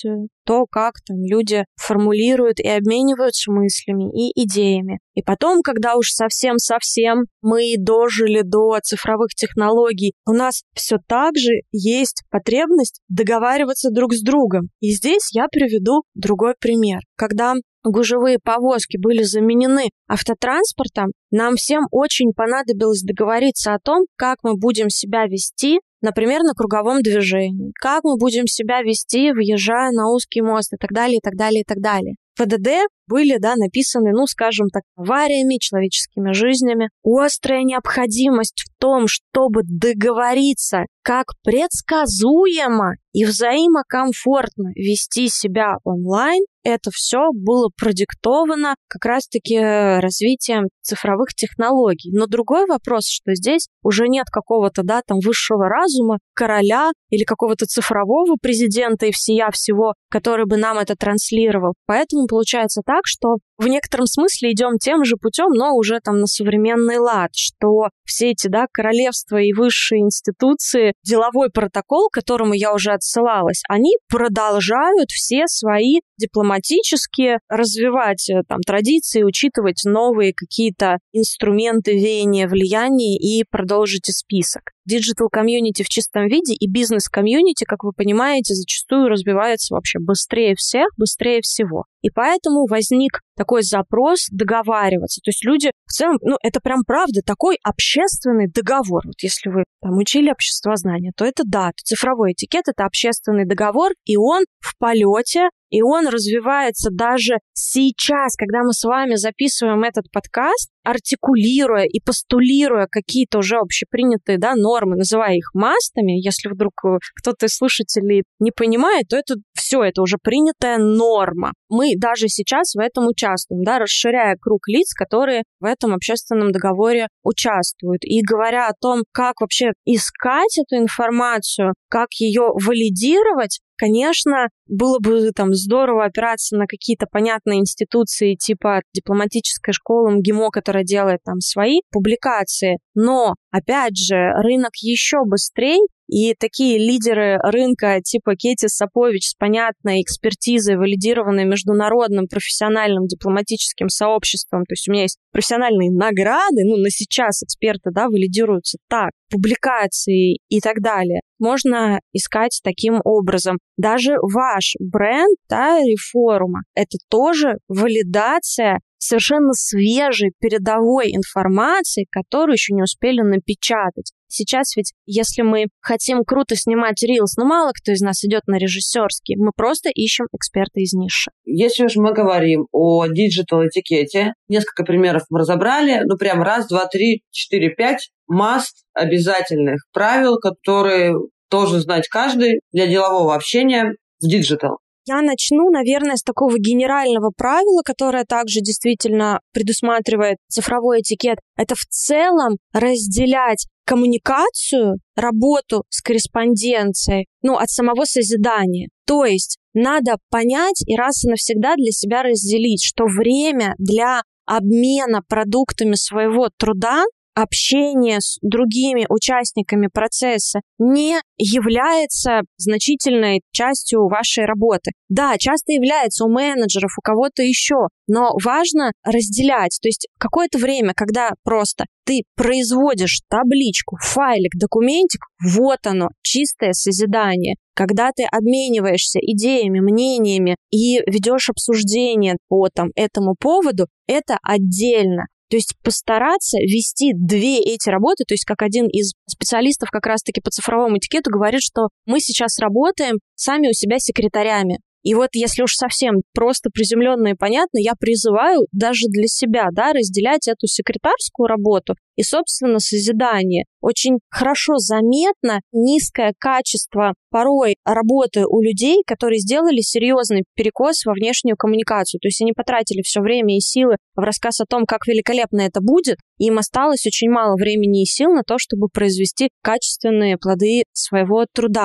то, как там люди формулируют и обмениваются мыслями и идеями. И потом, когда уж совсем-совсем мы дожили до цифровых технологий, у нас все так же есть потребность договариваться друг с другом. И здесь я приведу другой пример. Когда гужевые повозки были заменены автотранспортом, нам всем очень понадобилось договориться о том, как мы будем себя вести, например, на круговом движении, как мы будем себя вести, въезжая на узкий мост и так далее, и так далее, и так далее. ПДД были, написаны, скажем так, авариями, человеческими жизнями. Острая необходимость в том, чтобы договориться, как предсказуемо и взаимокомфортно вести себя онлайн, это все было продиктовано как раз-таки развитием цифровых технологий. Но другой вопрос, что здесь уже нет какого-то, высшего разума, короля или какого-то цифрового президента и всея всего, который бы нам это транслировал. Поэтому получается так, что в некотором смысле идем тем же путем, но уже на современный лад, что все эти, королевства и высшие институции, деловой протокол, к которому я уже отсылалась, они продолжают все свои дипломатические развивать традиции, учитывать новые какие-то инструменты веяния влияния и продолжите список. Диджитал-комьюнити в чистом виде и бизнес-комьюнити, как вы понимаете, зачастую развивается вообще быстрее всех, быстрее всего. И поэтому возник такой запрос договариваться. То есть люди в целом, это прям правда, такой общественный договор. Вот если вы учили обществознание, то это то цифровой этикет — это общественный договор, и он в полете, и он развивается даже сейчас, когда мы с вами записываем этот подкаст, артикулируя и постулируя какие-то уже общепринятые нормы, называя их мастами. Если вдруг кто-то из слушателей не понимает, то это все, это уже принятая норма. Мы даже сейчас в этом участвуем, расширяя круг лиц, которые в этом общественном договоре участвуют. И говоря о том, как вообще искать эту информацию, как ее валидировать, конечно, было бы здорово опираться на какие-то понятные институции типа дипломатической школы МГИМО, которая делает свои публикации. Но, опять же, рынок еще быстрее, и такие лидеры рынка типа Кети Сапович с понятной экспертизой, валидированной международным профессиональным дипломатическим сообществом, то есть у меня есть профессиональные награды, на сейчас эксперты, валидируются так, публикации и так далее. Можно искать таким образом. Даже ваш бренд, Рефорума, это тоже валидация совершенно свежей передовой информации, которую еще не успели напечатать. Сейчас ведь, если мы хотим круто снимать рилс, мало кто из нас идет на режиссерский, мы просто ищем эксперта из ниши. Если уж мы говорим о диджитал-этикете, несколько примеров мы разобрали, прям 1, 2, 3, 4, 5 обязательных правил, которые должен знать каждый для делового общения в диджитал. Я начну, наверное, с такого генерального правила, которое также действительно предусматривает цифровой этикет. Это в целом разделять коммуникацию, работу с корреспонденцией, от самого созидания. То есть надо понять и раз и навсегда для себя разделить, что время для обмена продуктами своего труда, общение с другими участниками процесса не является значительной частью вашей работы. Да, часто является у менеджеров, у кого-то еще, но важно разделять. То есть какое-то время, когда просто ты производишь табличку, файлик, документик, вот оно, чистое созидание. Когда ты обмениваешься идеями, мнениями и ведешь обсуждение по этому поводу, это отдельно. То есть постараться вести две эти работы, то есть как один из специалистов как раз-таки по цифровому этикету говорит, что мы сейчас работаем сами у себя секретарями. И вот если уж совсем просто приземленно и понятно, я призываю даже для себя, разделять эту секретарскую работу и, собственно, созидание. Очень хорошо заметно низкое качество порой работы у людей, которые сделали серьезный перекос во внешнюю коммуникацию. То есть они потратили все время и силы в рассказ о том, как великолепно это будет, и им осталось очень мало времени и сил на то, чтобы произвести качественные плоды своего труда.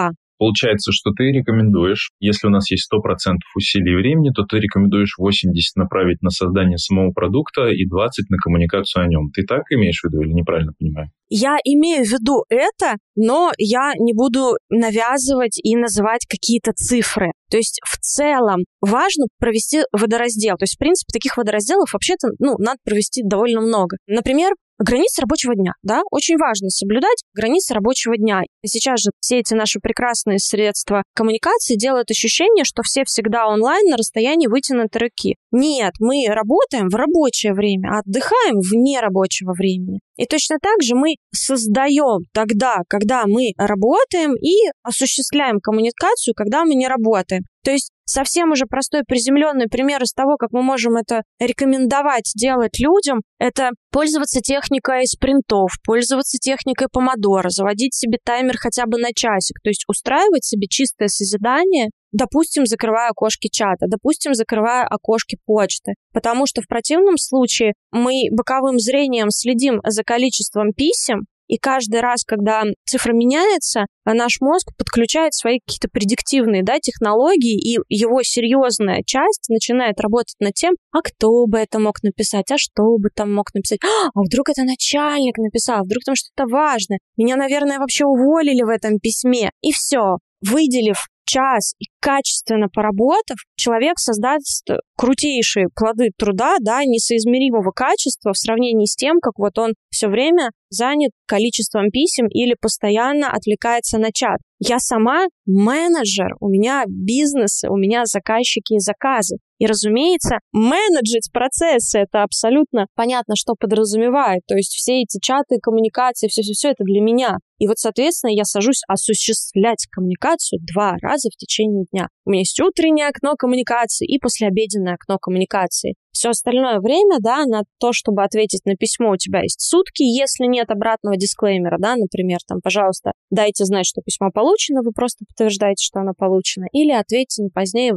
Получается, что ты рекомендуешь, если у нас есть 100% усилий и времени, то ты рекомендуешь 80 направить на создание самого продукта и 20 на коммуникацию о нем. Ты так имеешь в виду или неправильно понимаю? Я имею в виду это, но я не буду навязывать и называть какие-то цифры. То есть в целом важно провести водораздел. То есть, в принципе, таких водоразделов вообще-то надо провести довольно много. Например, границы рабочего дня, да, очень важно соблюдать границы рабочего дня. И сейчас же все эти наши прекрасные средства коммуникации делают ощущение, что все всегда онлайн на расстоянии вытянутой руки. Нет, мы работаем в рабочее время, а отдыхаем вне рабочего времени. И точно так же мы создаем тогда, когда мы работаем, и осуществляем коммуникацию, когда мы не работаем. То есть совсем уже простой приземленный пример из того, как мы можем это рекомендовать делать людям, это пользоваться техникой спринтов, пользоваться техникой помодоро, заводить себе таймер хотя бы на часик, то есть устраивать себе чистое созидание, допустим, закрывая окошки чата, допустим, закрывая окошки почты, потому что в противном случае мы боковым зрением следим за количеством писем, и каждый раз, когда цифра меняется, наш мозг подключает свои какие-то предиктивные технологии, и его серьезная часть начинает работать над тем, а кто бы это мог написать, а что бы там мог написать, а вдруг это начальник написал, вдруг там что-то важное, меня, наверное, вообще уволили в этом письме. И все, выделив час и качественно поработав, человек создаст крутейшие плоды труда, несоизмеримого качества в сравнении с тем, как вот он все время занят количеством писем или постоянно отвлекается на чат. Я сама менеджер, у меня бизнесы, у меня заказчики и заказы. И, разумеется, менеджить процессы — это абсолютно понятно, что подразумевает. То есть все эти чаты, коммуникации, все это для меня. И вот, соответственно, я сажусь осуществлять коммуникацию 2 раза в течение дня. У меня есть утреннее окно коммуникации и послеобеденное окно коммуникации. Все остальное время, на то, чтобы ответить на письмо, у тебя есть сутки. Если нет обратного дисклеймера, например, пожалуйста, дайте знать, что письмо получено, вы просто подтверждаете, что оно получено, или ответьте не позднее 18:00.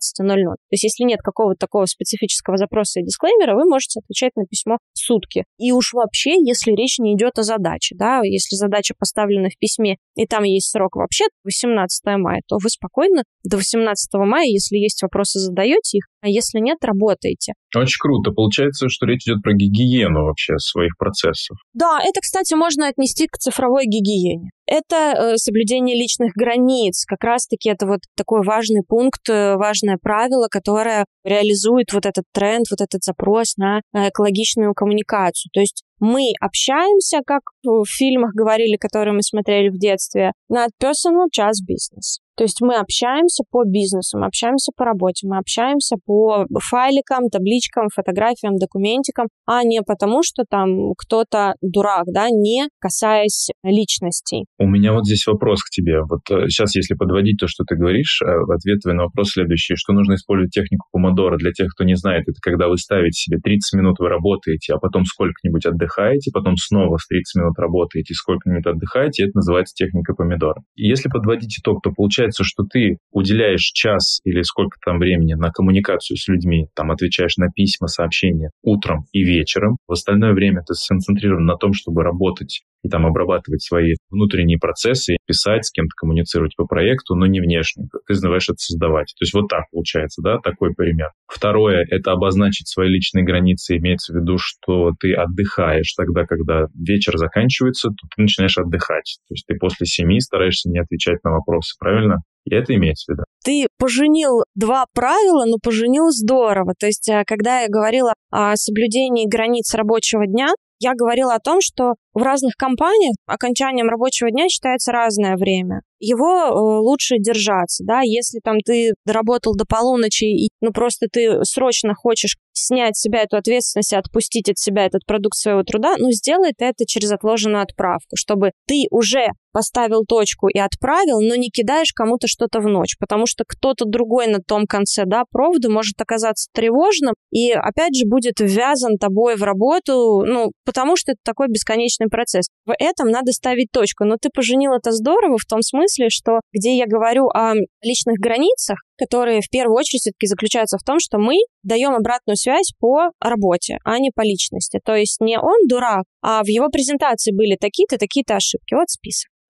То есть если нет какого-то такого специфического запроса и дисклеймера, вы можете отвечать на письмо сутки. И уж вообще, если речь не идет о задаче, если задача поставлена в письме, и там есть срок вообще 18 мая, то вы спокойно до 18 мая, если есть вопросы, задаете их, а если нет, работаете. Очень круто. Получается, что речь идет про гигиену вообще своих процессов. Да, это, кстати, можно отнести к цифровой гигиене. Это соблюдение личных границ. Как раз-таки это вот такой важный пункт, важное правило, которое реализует вот этот тренд, вот этот запрос на экологичную коммуникацию. То есть мы общаемся, как в фильмах говорили, которые мы смотрели в детстве, not personal, just business. То есть мы общаемся по бизнесу, мы общаемся по работе, мы общаемся по файликам, табличкам, фотографиям, документикам, а не потому, что там кто-то дурак, не касаясь личностей. У меня вот здесь вопрос к тебе. Вот сейчас, если подводить то, что ты говоришь, ответ твой на вопрос следующий. Что нужно использовать технику помодоро? Для тех, кто не знает, это когда вы ставите себе 30 минут вы работаете, а потом сколько-нибудь отдыхаете, потом снова с 30 минут работаете, сколько-нибудь отдыхаете, это называется техника помидора. И если подводить итог, то получается, что ты уделяешь час или сколько там времени на коммуникацию с людьми, отвечаешь на письма, сообщения утром и вечером. В остальное время ты сконцентрирован на том, чтобы работать и обрабатывать свои внутренние процессы, писать, с кем-то коммуницировать по проекту, но не внешне. Ты называешь это создавать. То есть вот так получается, такой пример. Второе – это обозначить свои личные границы. Имеется в виду, что ты отдыхаешь тогда, когда вечер заканчивается, то ты начинаешь отдыхать. То есть ты после 7 стараешься не отвечать на вопросы, правильно? И это имеется в виду. Ты поженил 2 правила, но поженил здорово. То есть, когда я говорила о соблюдении границ рабочего дня, я говорила о том, что в разных компаниях окончанием рабочего дня считается разное время. Его лучше держаться, если ты доработал до полуночи и просто ты срочно хочешь снять с себя эту ответственность и отпустить от себя этот продукт своего труда, сделай это через отложенную отправку, чтобы ты уже поставил точку и отправил, но не кидаешь кому-то что-то в ночь, потому что кто-то другой на том конце провода может оказаться тревожным и, опять же, будет ввязан тобой в работу, потому что это такой бесконечный процесс. В этом надо ставить точку, но ты поженил это здорово в том смысле, что где я говорю о личных границах, которые в первую очередь все-таки заключаются в том, что мы даем обратную связь по работе, а не по личности. То есть не он дурак, а в его презентации были такие-то ошибки. Вот список.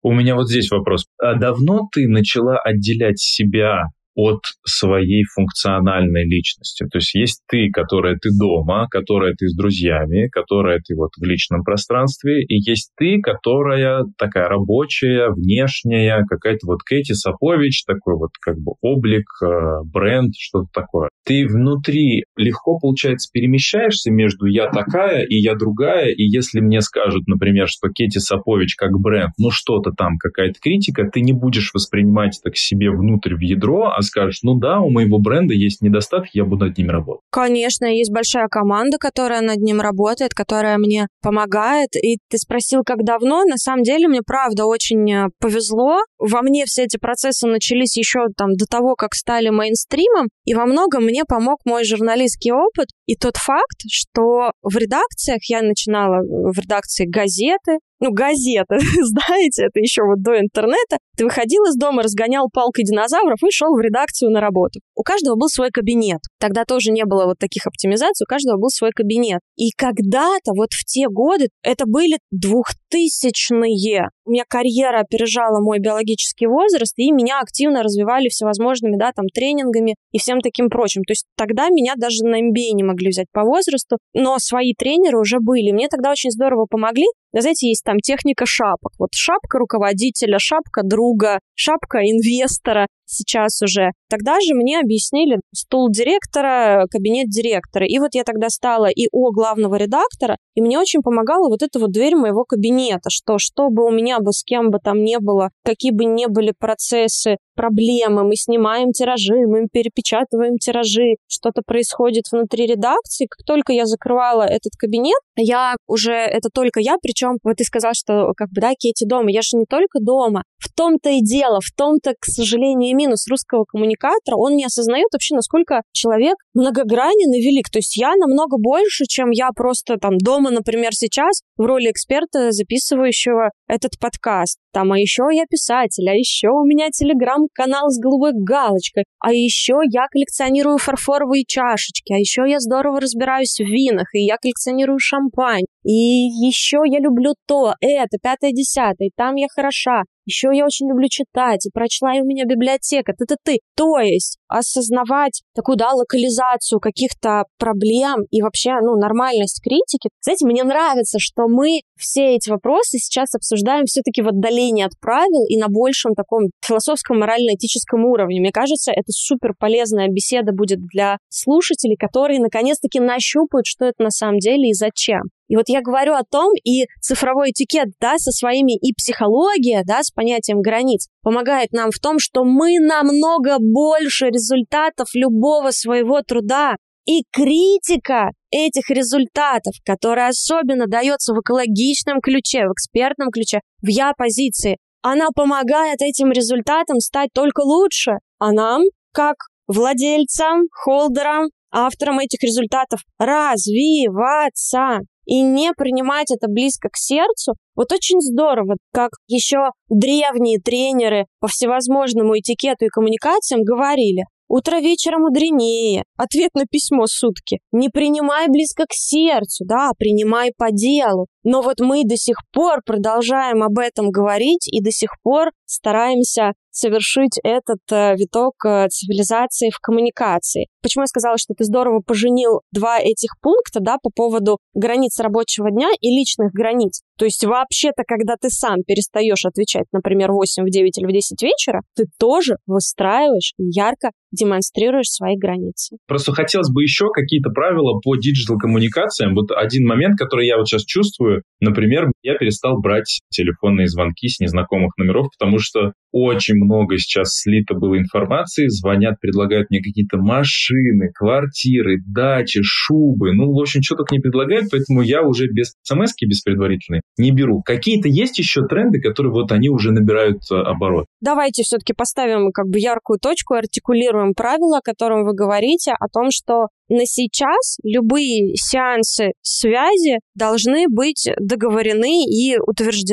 У меня вот здесь вопрос. А давно ты начала отделять себя от своей функциональной личности? То есть ты, которая ты дома, которая ты с друзьями, которая ты вот в личном пространстве, и есть ты, которая такая рабочая, внешняя, какая-то вот Кэти Сапович, такой вот как бы облик, бренд, что-то такое. Ты внутри легко, получается, перемещаешься между «я такая» и «я другая», и если мне скажут, например, что Кэти Сапович как бренд, ну что-то там, какая-то критика, ты не будешь воспринимать это к себе внутрь в ядро, а скажешь, ну да, у моего бренда есть недостатки, я буду над ними работать. Конечно, есть большая команда, которая над ним работает, которая мне помогает. И ты спросил, как давно. На самом деле, мне правда очень повезло. Во мне все эти процессы начались еще до того, как стали мейнстримом. И во многом мне помог мой журналистский опыт и тот факт, что в редакциях, я начинала в редакции газеты, газеты, знаете, это еще вот до интернета. Ты выходил из дома, разгонял палкой динозавров и шел в редакцию на работу. У каждого был свой кабинет. Тогда тоже не было вот таких оптимизаций, у каждого был свой кабинет. И когда-то, вот в те годы, это были 2000-е. У меня карьера опережала мой биологический возраст, и меня активно развивали всевозможными, тренингами и всем таким прочим. То есть тогда меня даже на MBA не могли взять по возрасту, но свои тренеры уже были. Мне тогда очень здорово помогли. Знаете, есть там техника шапок. Вот шапка руководителя, шапка друга, шапка инвестора сейчас уже. Тогда же мне объяснили стул директора, кабинет директора. И вот я тогда стала ИО главного редактора, и мне очень помогала вот эта вот дверь моего кабинета, что бы у меня бы с кем бы там не было, какие бы ни были процессы, проблемы, мы снимаем тиражи, мы перепечатываем тиражи, что-то происходит внутри редакции. Как только я закрывала этот кабинет, это только я, причем вот ты сказал, что Кэти дома, я же не только дома. В том-то и дело, в том-то, к сожалению, и минус русского коммуникатора, он не осознает вообще, насколько человек многогранен и велик. То есть я намного больше, чем я просто дома, например, сейчас в роли эксперта, записывающего этот подкаст. А еще я писатель, а еще у меня телеграм-канал с голубой галочкой, а еще я коллекционирую фарфоровые чашечки, а еще я здорово разбираюсь в винах, и я коллекционирую шампань, и еще я люблю это, 5-е, 10-е, там я хороша. Еще я очень люблю читать, и прочла и у меня библиотека, ты. То есть осознавать такую, локализацию каких-то проблем и вообще, нормальность критики. Знаете, мне нравится, что мы все эти вопросы сейчас обсуждаем все-таки в отдалении от правил и на большем таком философском, морально-этическом уровне. Мне кажется, это супер полезная беседа будет для слушателей, которые наконец-таки нащупают, что это на самом деле и зачем. И вот я говорю о том, и цифровой этикет, со своими, и психология, с понятием границ, помогает нам в том, что мы намного больше результатов любого своего труда. И критика этих результатов, которая особенно дается в экологичном ключе, в экспертном ключе, в я-позиции, она помогает этим результатам стать только лучше. А нам, как владельцам, холдерам, авторам этих результатов, развиваться и не принимать это близко к сердцу. Вот очень здорово, как еще древние тренеры по всевозможному этикету и коммуникациям говорили: утро вечера мудренее. Ответ на письмо сутки. Не принимай близко к сердцу, принимай по делу. Но вот мы до сих пор продолжаем об этом говорить и до сих пор стараемся совершить этот виток цивилизации в коммуникации. Почему я сказала, что ты здорово поженил два этих пункта, по поводу границ рабочего дня и личных границ. То есть вообще-то, когда ты сам перестаешь отвечать, например, в 8, в 9 или в 10 вечера, ты тоже выстраиваешь и ярко демонстрируешь свои границы. Просто хотелось бы еще какие-то правила по диджитал-коммуникациям. Вот один момент, который я вот сейчас чувствую, например, я перестал брать телефонные звонки с незнакомых номеров, потому что очень много сейчас слито было информации, звонят, предлагают мне какие-то машины, квартиры, дачи, шубы, в общем, что только не предлагают, поэтому я уже без смс-ки, без предварительной не беру. Какие-то есть еще тренды, которые вот они уже набирают оборот? Давайте все-таки поставим яркую точку, артикулируем правила, о котором вы говорите, о том, что на сейчас любые сеансы связи должны быть договорены и утверждены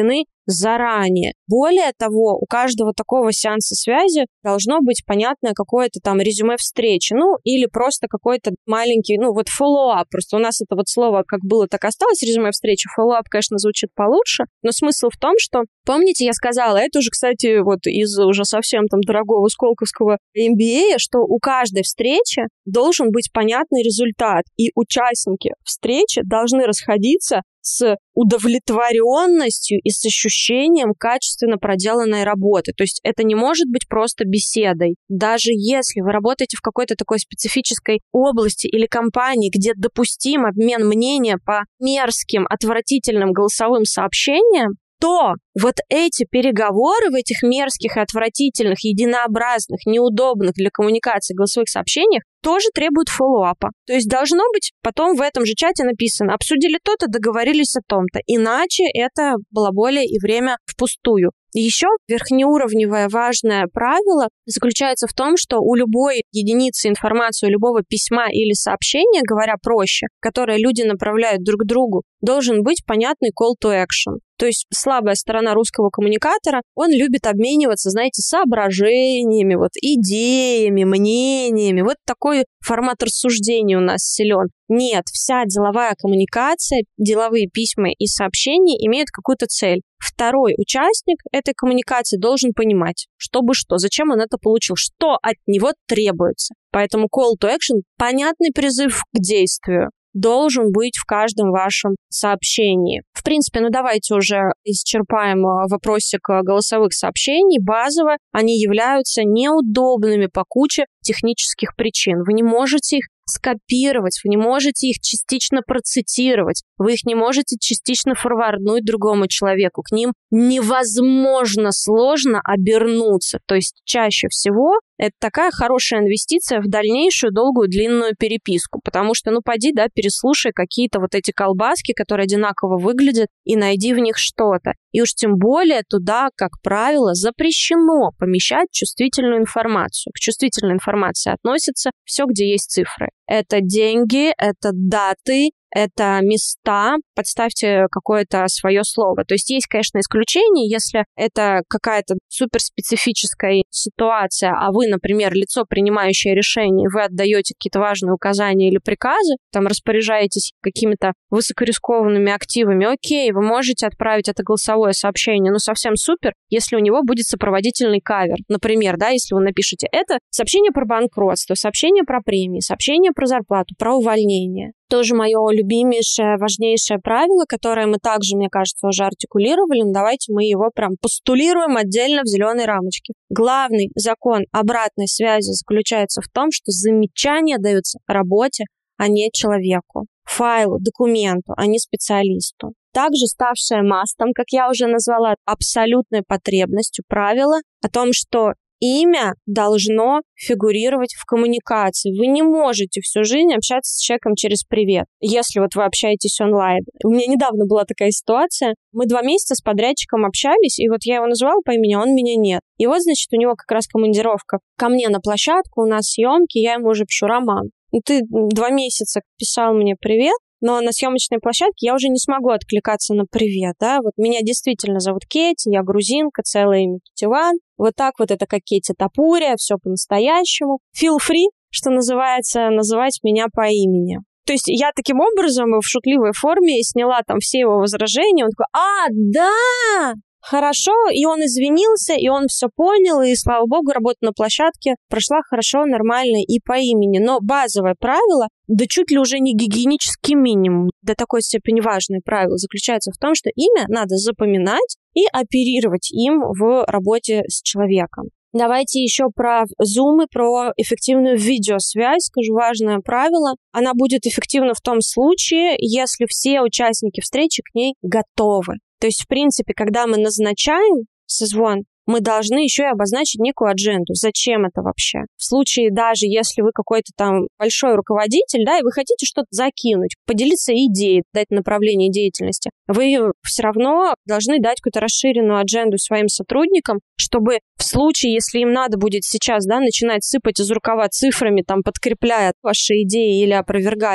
заранее. Более того, у каждого такого сеанса связи должно быть понятное какое-то там резюме встречи, или просто какой-то маленький, follow-up. Просто у нас это вот слово как было, так и осталось, резюме встречи. Follow-up, конечно, звучит получше, но смысл в том, что, помните, я сказала, это уже, кстати, вот из уже совсем там дорогого сколковского MBA, что у каждой встречи должен быть понятный результат, и участники встречи должны расходиться с удовлетворенностью и с ощущением качественно проделанной работы. То есть это не может быть просто беседой. Даже если вы работаете в какой-то такой специфической области или компании, где допустим обмен мнения по мерзким, отвратительным голосовым сообщениям, то вот эти переговоры в этих мерзких и отвратительных, единообразных, неудобных для коммуникации голосовых сообщениях тоже требуют фоллоуапа. То есть должно быть потом в этом же чате написано: обсудили то-то, договорились о том-то. Иначе это балаболия и время впустую. Еще верхнеуровневое важное правило заключается в том, что у любой единицы информации, у любого письма или сообщения, говоря проще, которое люди направляют друг к другу, должен быть понятный call to action. То есть слабая сторона русского коммуникатора, он любит обмениваться, соображениями, идеями, мнениями. Вот такой формат рассуждений у нас силен. Нет, вся деловая коммуникация, деловые письма и сообщения имеют какую-то цель. Второй участник этой коммуникации должен понимать, зачем он это получил, что от него требуется. Поэтому call to action, понятный призыв к действию, должен быть в каждом вашем сообщении. В принципе, давайте уже исчерпаем вопросик голосовых сообщений. Базово они являются неудобными по куче технических причин. Вы не можете их скопировать, вы не можете их частично процитировать, вы их не можете частично форварднуть другому человеку. К ним невозможно сложно обернуться. То есть чаще всего это такая хорошая инвестиция в дальнейшую долгую длинную переписку, потому что, переслушай какие-то эти колбаски, которые одинаково выглядят, и найди в них что-то. И уж тем более туда, как правило, запрещено помещать чувствительную информацию. К чувствительной информации относится все, где есть цифры. Это деньги, это даты, это места, подставьте какое-то свое слово. То есть есть, конечно, исключения, если это какая-то суперспецифическая ситуация, а вы, например, лицо, принимающее решение, вы отдаете какие-то важные указания или приказы, распоряжаетесь какими-то высокорискованными активами, окей, вы можете отправить это голосовое сообщение, совсем супер, если у него будет сопроводительный кавер. Например, если вы напишете это сообщение про банкротство, сообщение про премии, сообщение про зарплату, про увольнение. Тоже мое любимейшее, важнейшее правило, которое мы также, мне кажется, уже артикулировали, но давайте мы его прям постулируем отдельно в зеленой рамочке. Главный закон обратной связи заключается в том, что замечания даются работе, а не человеку, файлу, документу, а не специалисту. Также ставшее мастом, как я уже назвала, абсолютной потребностью правила о том, что имя должно фигурировать в коммуникации. Вы не можете всю жизнь общаться с человеком через «привет», если вы общаетесь онлайн. У меня недавно была такая ситуация. Мы 2 месяца с подрядчиком общались, и я его называла по имени, а он меня нет. И у него как раз командировка ко мне на площадку, у нас съемки, я ему уже пишу: Роман, ты 2 месяца писал мне «привет», но на съемочной площадке я уже не смогу откликаться на «привет», меня действительно зовут Кетти, я грузинка, целое имя Кетиван. Так это как Кетти Тапурия, все по-настоящему. Feel free, что называется, называть меня по имени. То есть я таким образом в шутливой форме сняла все его возражения. Он такой: да! Хорошо, и он извинился, и он все понял, и, слава богу, работа на площадке прошла хорошо, нормально и по имени. Но базовое правило, да чуть ли уже не гигиенический минимум, до такой степени важное правило, заключается в том, что имя надо запоминать и оперировать им в работе с человеком. Давайте еще про Zoom и про эффективную видеосвязь. Скажу важное правило. Она будет эффективна в том случае, если все участники встречи к ней готовы. То есть, в принципе, когда мы назначаем созвон, мы должны еще и обозначить некую адженду. Зачем это вообще? В случае даже если вы какой-то большой руководитель, и вы хотите что-то закинуть, поделиться идеей, дать направление деятельности, вы все равно должны дать какую-то расширенную адженду своим сотрудникам, чтобы в случае, если им надо будет сейчас начинать сыпать из рукава цифрами, подкрепляя ваши идеи или опровергая их,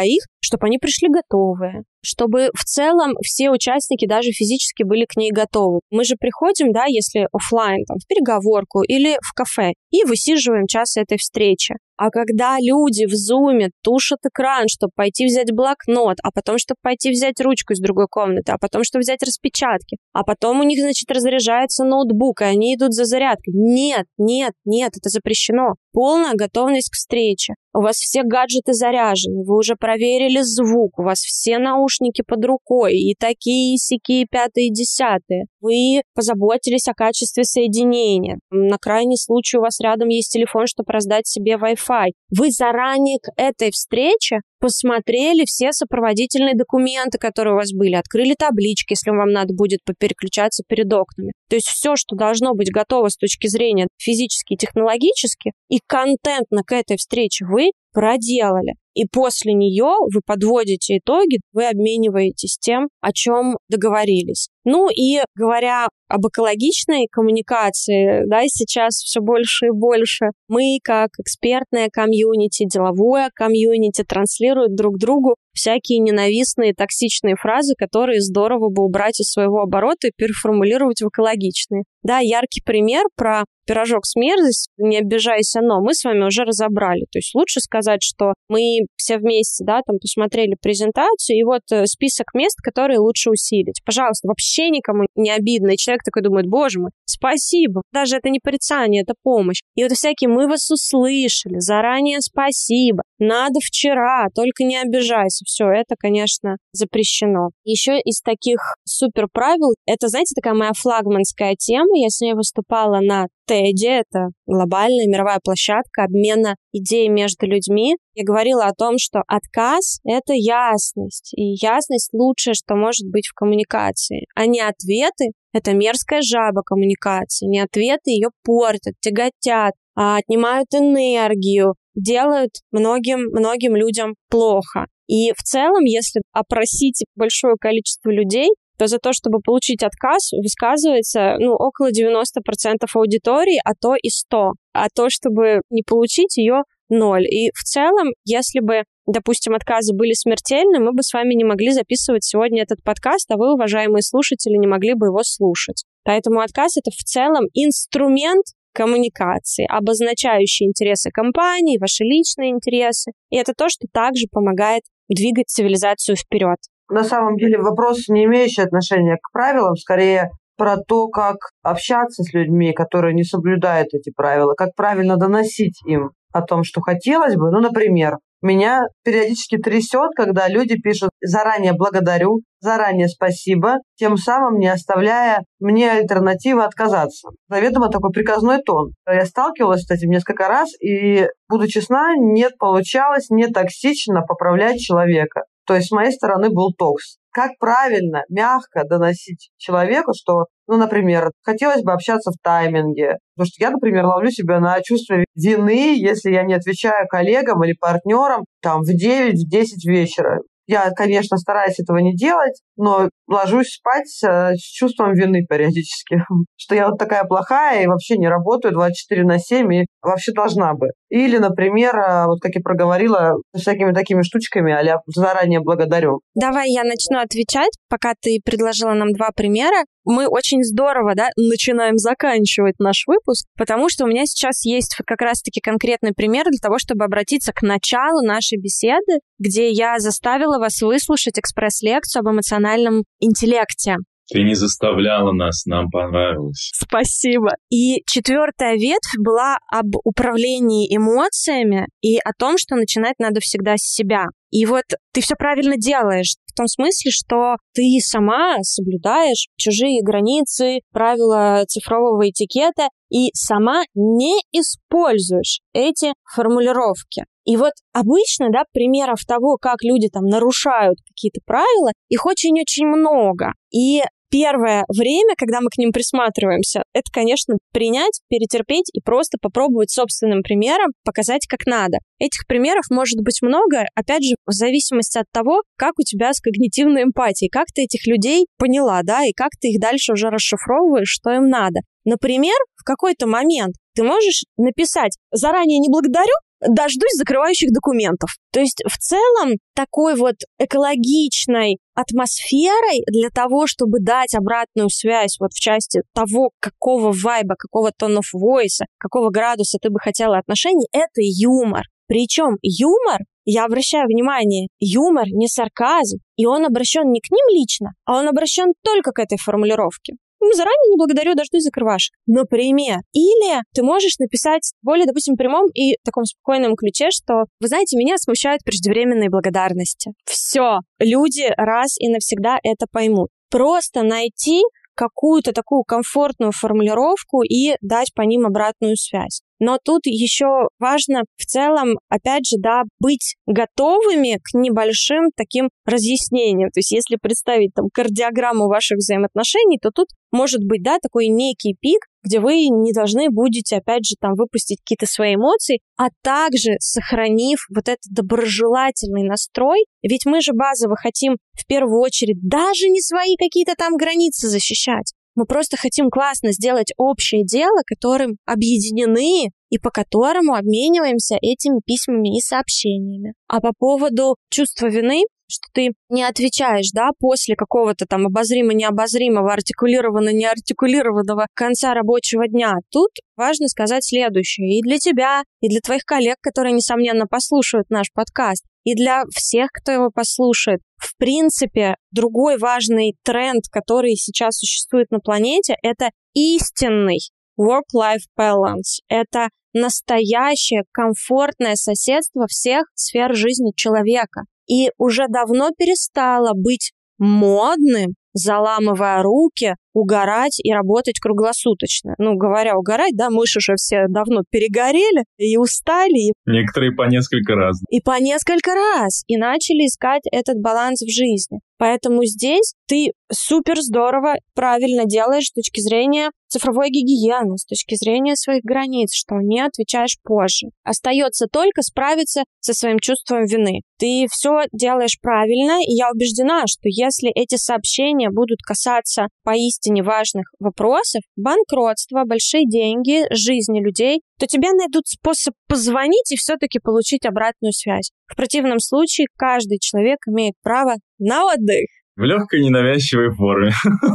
чтобы они пришли готовые, чтобы в целом все участники даже физически были к ней готовы. Мы же приходим, да, если офлайн, там, в переговорку или в кафе, и высиживаем час этой встречи. А когда люди в зуме тушат экран, чтобы пойти взять блокнот, а потом, чтобы пойти взять ручку из другой комнаты, а потом, чтобы взять распечатки, а потом у них, значит, разряжается ноутбук, и они идут за зарядкой. Нет, это запрещено. Полная готовность к встрече. У вас все гаджеты заряжены, вы уже проверили звук, у вас все наушники под рукой, и такие, и сякие, пятые, и десятые. Вы позаботились о качестве соединения. На крайний случай у вас рядом есть телефон, чтобы раздать себе Wi-Fi. Вы заранее к этой встрече посмотрели все сопроводительные документы, которые у вас были, открыли таблички, если вам надо будет попереключаться перед окнами. То есть все, что должно быть готово с точки зрения физически и технологически, и контентно к этой встрече вы проделали. И после нее вы подводите итоги, вы обмениваетесь тем, о чем договорились. Ну и говоря об экологичной коммуникации, да, сейчас все больше и больше мы, как экспертное комьюнити, деловое комьюнити, транслируют друг другу всякие ненавистные, токсичные фразы, которые здорово бы убрать из своего оборота и переформулировать в экологичные. Да, яркий пример про пирожок с мерзостью, не обижайся, но мы с вами уже разобрали. То есть лучше сказать, что мы все вместе, да, там посмотрели презентацию, и вот список мест, которые лучше усилить. Пожалуйста, вообще никому не обидно. И человек такой думает, боже мой, спасибо. Даже это не порицание, это помощь. И вот всякие, мы вас услышали, заранее спасибо. Надо вчера, только не обижайся. Все, это, конечно, запрещено. Еще из таких супер правил, это, знаете, такая моя флагманская тема. Я с ней выступала на TED, это глобальная мировая площадка обмена идей между людьми. Я говорила о том, что отказ — это ясность, и ясность — лучшее, что может быть в коммуникации, а не ответы. Это мерзкая жаба коммуникации, не ответы ее портят, тяготят, отнимают энергию, делают многим людям плохо. И в целом, если опросить большое количество людей, то за то, чтобы получить отказ, высказывается около 90% аудитории, а то и 100%. А то, чтобы не получить ее, 0. И в целом, если бы, допустим, отказы были смертельны, мы бы с вами не могли записывать сегодня этот подкаст, а вы, уважаемые слушатели, не могли бы его слушать. Поэтому отказ — это в целом инструмент коммуникации, обозначающий интересы компании, ваши личные интересы. И это то, что также помогает двигать цивилизацию вперед. На самом деле вопрос, не имеющий отношения к правилам, скорее про то, как общаться с людьми, которые не соблюдают эти правила, как правильно доносить им о том, что хотелось бы. Например, меня периодически трясет, когда люди пишут «заранее благодарю», «заранее спасибо», тем самым не оставляя мне альтернативы отказаться. Заведомо такой приказной тон. Я сталкивалась с этим несколько раз, и, буду честна, не получалось не токсично поправлять человека. То есть с моей стороны был токс. Как правильно, мягко доносить человеку, что, например, хотелось бы общаться в тайминге. Потому что я, например, ловлю себя на чувство вины, если я не отвечаю коллегам или партнерам в 9-10 вечера. Я, конечно, стараюсь этого не делать, но ложусь спать с чувством вины периодически, что я вот такая плохая и вообще не работаю 24/7 и вообще должна бы. Или, например, вот как я проговорила, всякими такими штучками а-ля «заранее благодарю». Давай я начну отвечать, пока ты предложила нам 2 примера. Мы очень здорово, начинаем заканчивать наш выпуск, потому что у меня сейчас есть как раз-таки конкретный пример для того, чтобы обратиться к началу нашей беседы, где я заставила вас выслушать экспресс-лекцию об эмоциональном интеллекте. Ты не заставляла нас, нам понравилось. Спасибо. И 4-я ветвь была об управлении эмоциями и о том, что начинать надо всегда с себя. И вот ты все правильно делаешь, в том смысле, что ты сама соблюдаешь чужие границы, правила цифрового этикета и сама не используешь эти формулировки. И вот обычно, примеров того, как люди нарушают какие-то правила, их очень-очень много. И первое время, когда мы к ним присматриваемся, это, конечно, принять, перетерпеть и просто попробовать собственным примером показать, как надо. Этих примеров может быть много, опять же, в зависимости от того, как у тебя с когнитивной эмпатией, как ты этих людей поняла, и как ты их дальше уже расшифровываешь, что им надо. Например, в какой-то момент ты можешь написать «заранее не благодарю», дождусь закрывающих документов. То есть в целом такой вот экологичной атмосферой для того, чтобы дать обратную связь вот в части того, какого вайба, какого tone of voice, какого градуса ты бы хотела отношений, это юмор. Причем юмор, я обращаю внимание, юмор не сарказм, и он обращен не к ним лично, а он обращен только к этой формулировке. Заранее не благодарю, дождусь закрывашек. Например. Или ты можешь написать в более, допустим, прямом и таком спокойном ключе, что, вы знаете, меня смущают преждевременные благодарности. Все. Люди раз и навсегда это поймут. Просто найти какую-то такую комфортную формулировку и дать по ним обратную связь. Но тут еще важно в целом, опять же, да, быть готовыми к небольшим таким разъяснениям. То есть если представить там кардиограмму ваших взаимоотношений, то тут может быть, да, такой некий пик, где вы не должны будете, опять же, там выпустить какие-то свои эмоции, а также сохранив вот этот доброжелательный настрой. Ведь мы же базово хотим в первую очередь даже не свои какие-то там границы защищать. Мы просто хотим классно сделать общее дело, которым объединены и по которому обмениваемся этими письмами и сообщениями. А по поводу чувства вины, что ты не отвечаешь, да, после какого-то там обозримо-необозримого, артикулированно-неартикулированного конца рабочего дня. Тут важно сказать следующее. И для тебя, и для твоих коллег, которые, несомненно, послушают наш подкаст, и для всех, кто его послушает. В принципе, другой важный тренд, который сейчас существует на планете, это истинный work-life balance. Это настоящее комфортное соседство всех сфер жизни человека. И уже давно перестало быть модным, заламывая руки, угорать и работать круглосуточно. Говоря угорать, да, мы же уже все давно перегорели и устали. Некоторые по несколько раз. И по несколько раз. И начали искать этот баланс в жизни. Поэтому здесь ты супер здорово, правильно делаешь с точки зрения цифровой гигиены, с точки зрения своих границ, что не отвечаешь позже. Остается только справиться со своим чувством вины. Ты все делаешь правильно, и я убеждена, что если эти сообщения будут касаться поистине важных вопросов, банкротства, большие деньги, жизни людей, то тебе найдут способ позвонить и все-таки получить обратную связь. В противном случае каждый человек имеет право на отдых. В легкой ненавязчивой форме.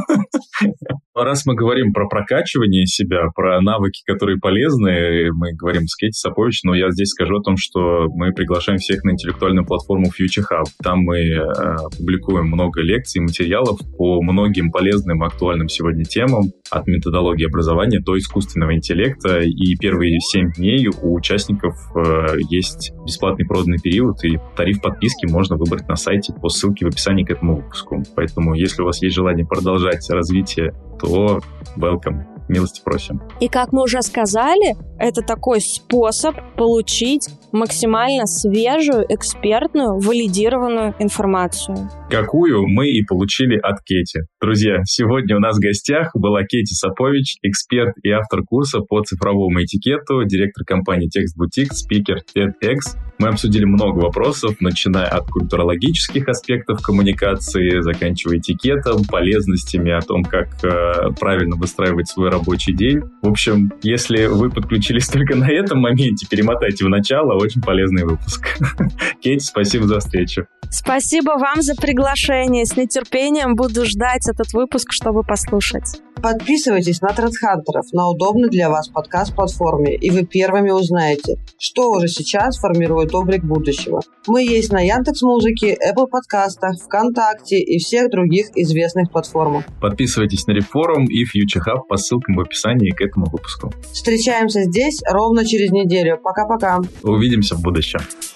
Раз мы говорим про прокачивание себя, про навыки, которые полезны, мы говорим с Кэти Сапович, но я здесь скажу о том, что мы приглашаем всех на интеллектуальную платформу Future Hub. Там мы публикуем много лекций, материалов по многим полезным и актуальным сегодня темам, от методологии образования до искусственного интеллекта. И первые 7 дней у участников есть бесплатный проданный период, и тариф подписки можно выбрать на сайте по ссылке в описании к этому выпуску. Поэтому, если у вас есть желание продолжать развитие, то welcome. Милости просим. И как мы уже сказали, это такой способ получить максимально свежую, экспертную, валидированную информацию. Какую мы и получили от Кэти. Друзья, сегодня у нас в гостях была Кэти Сапович, эксперт и автор курса по цифровому этикету, директор компании Text Boutique, спикер TEDx. Мы обсудили много вопросов, начиная от культурологических аспектов коммуникации, заканчивая этикетом, полезностями о том, как правильно выстраивать свой рабочий день. В общем, если вы подключились только на этом моменте, перемотайте в начало, очень полезный выпуск. Кэти, спасибо за встречу. Спасибо вам за приглашение. С нетерпением буду ждать этот выпуск, чтобы послушать. Подписывайтесь на TrendHunter'ов на удобной для вас подкаст-платформе, и вы первыми узнаете, что уже сейчас формирует облик будущего. Мы есть на Яндекс.Музыке, Apple подкастах, ВКонтакте и всех других известных платформах. Подписывайтесь на Reforum и Future Hub по ссылкам в описании к этому выпуску. Встречаемся здесь ровно через неделю. Пока-пока. Увидимся в будущем.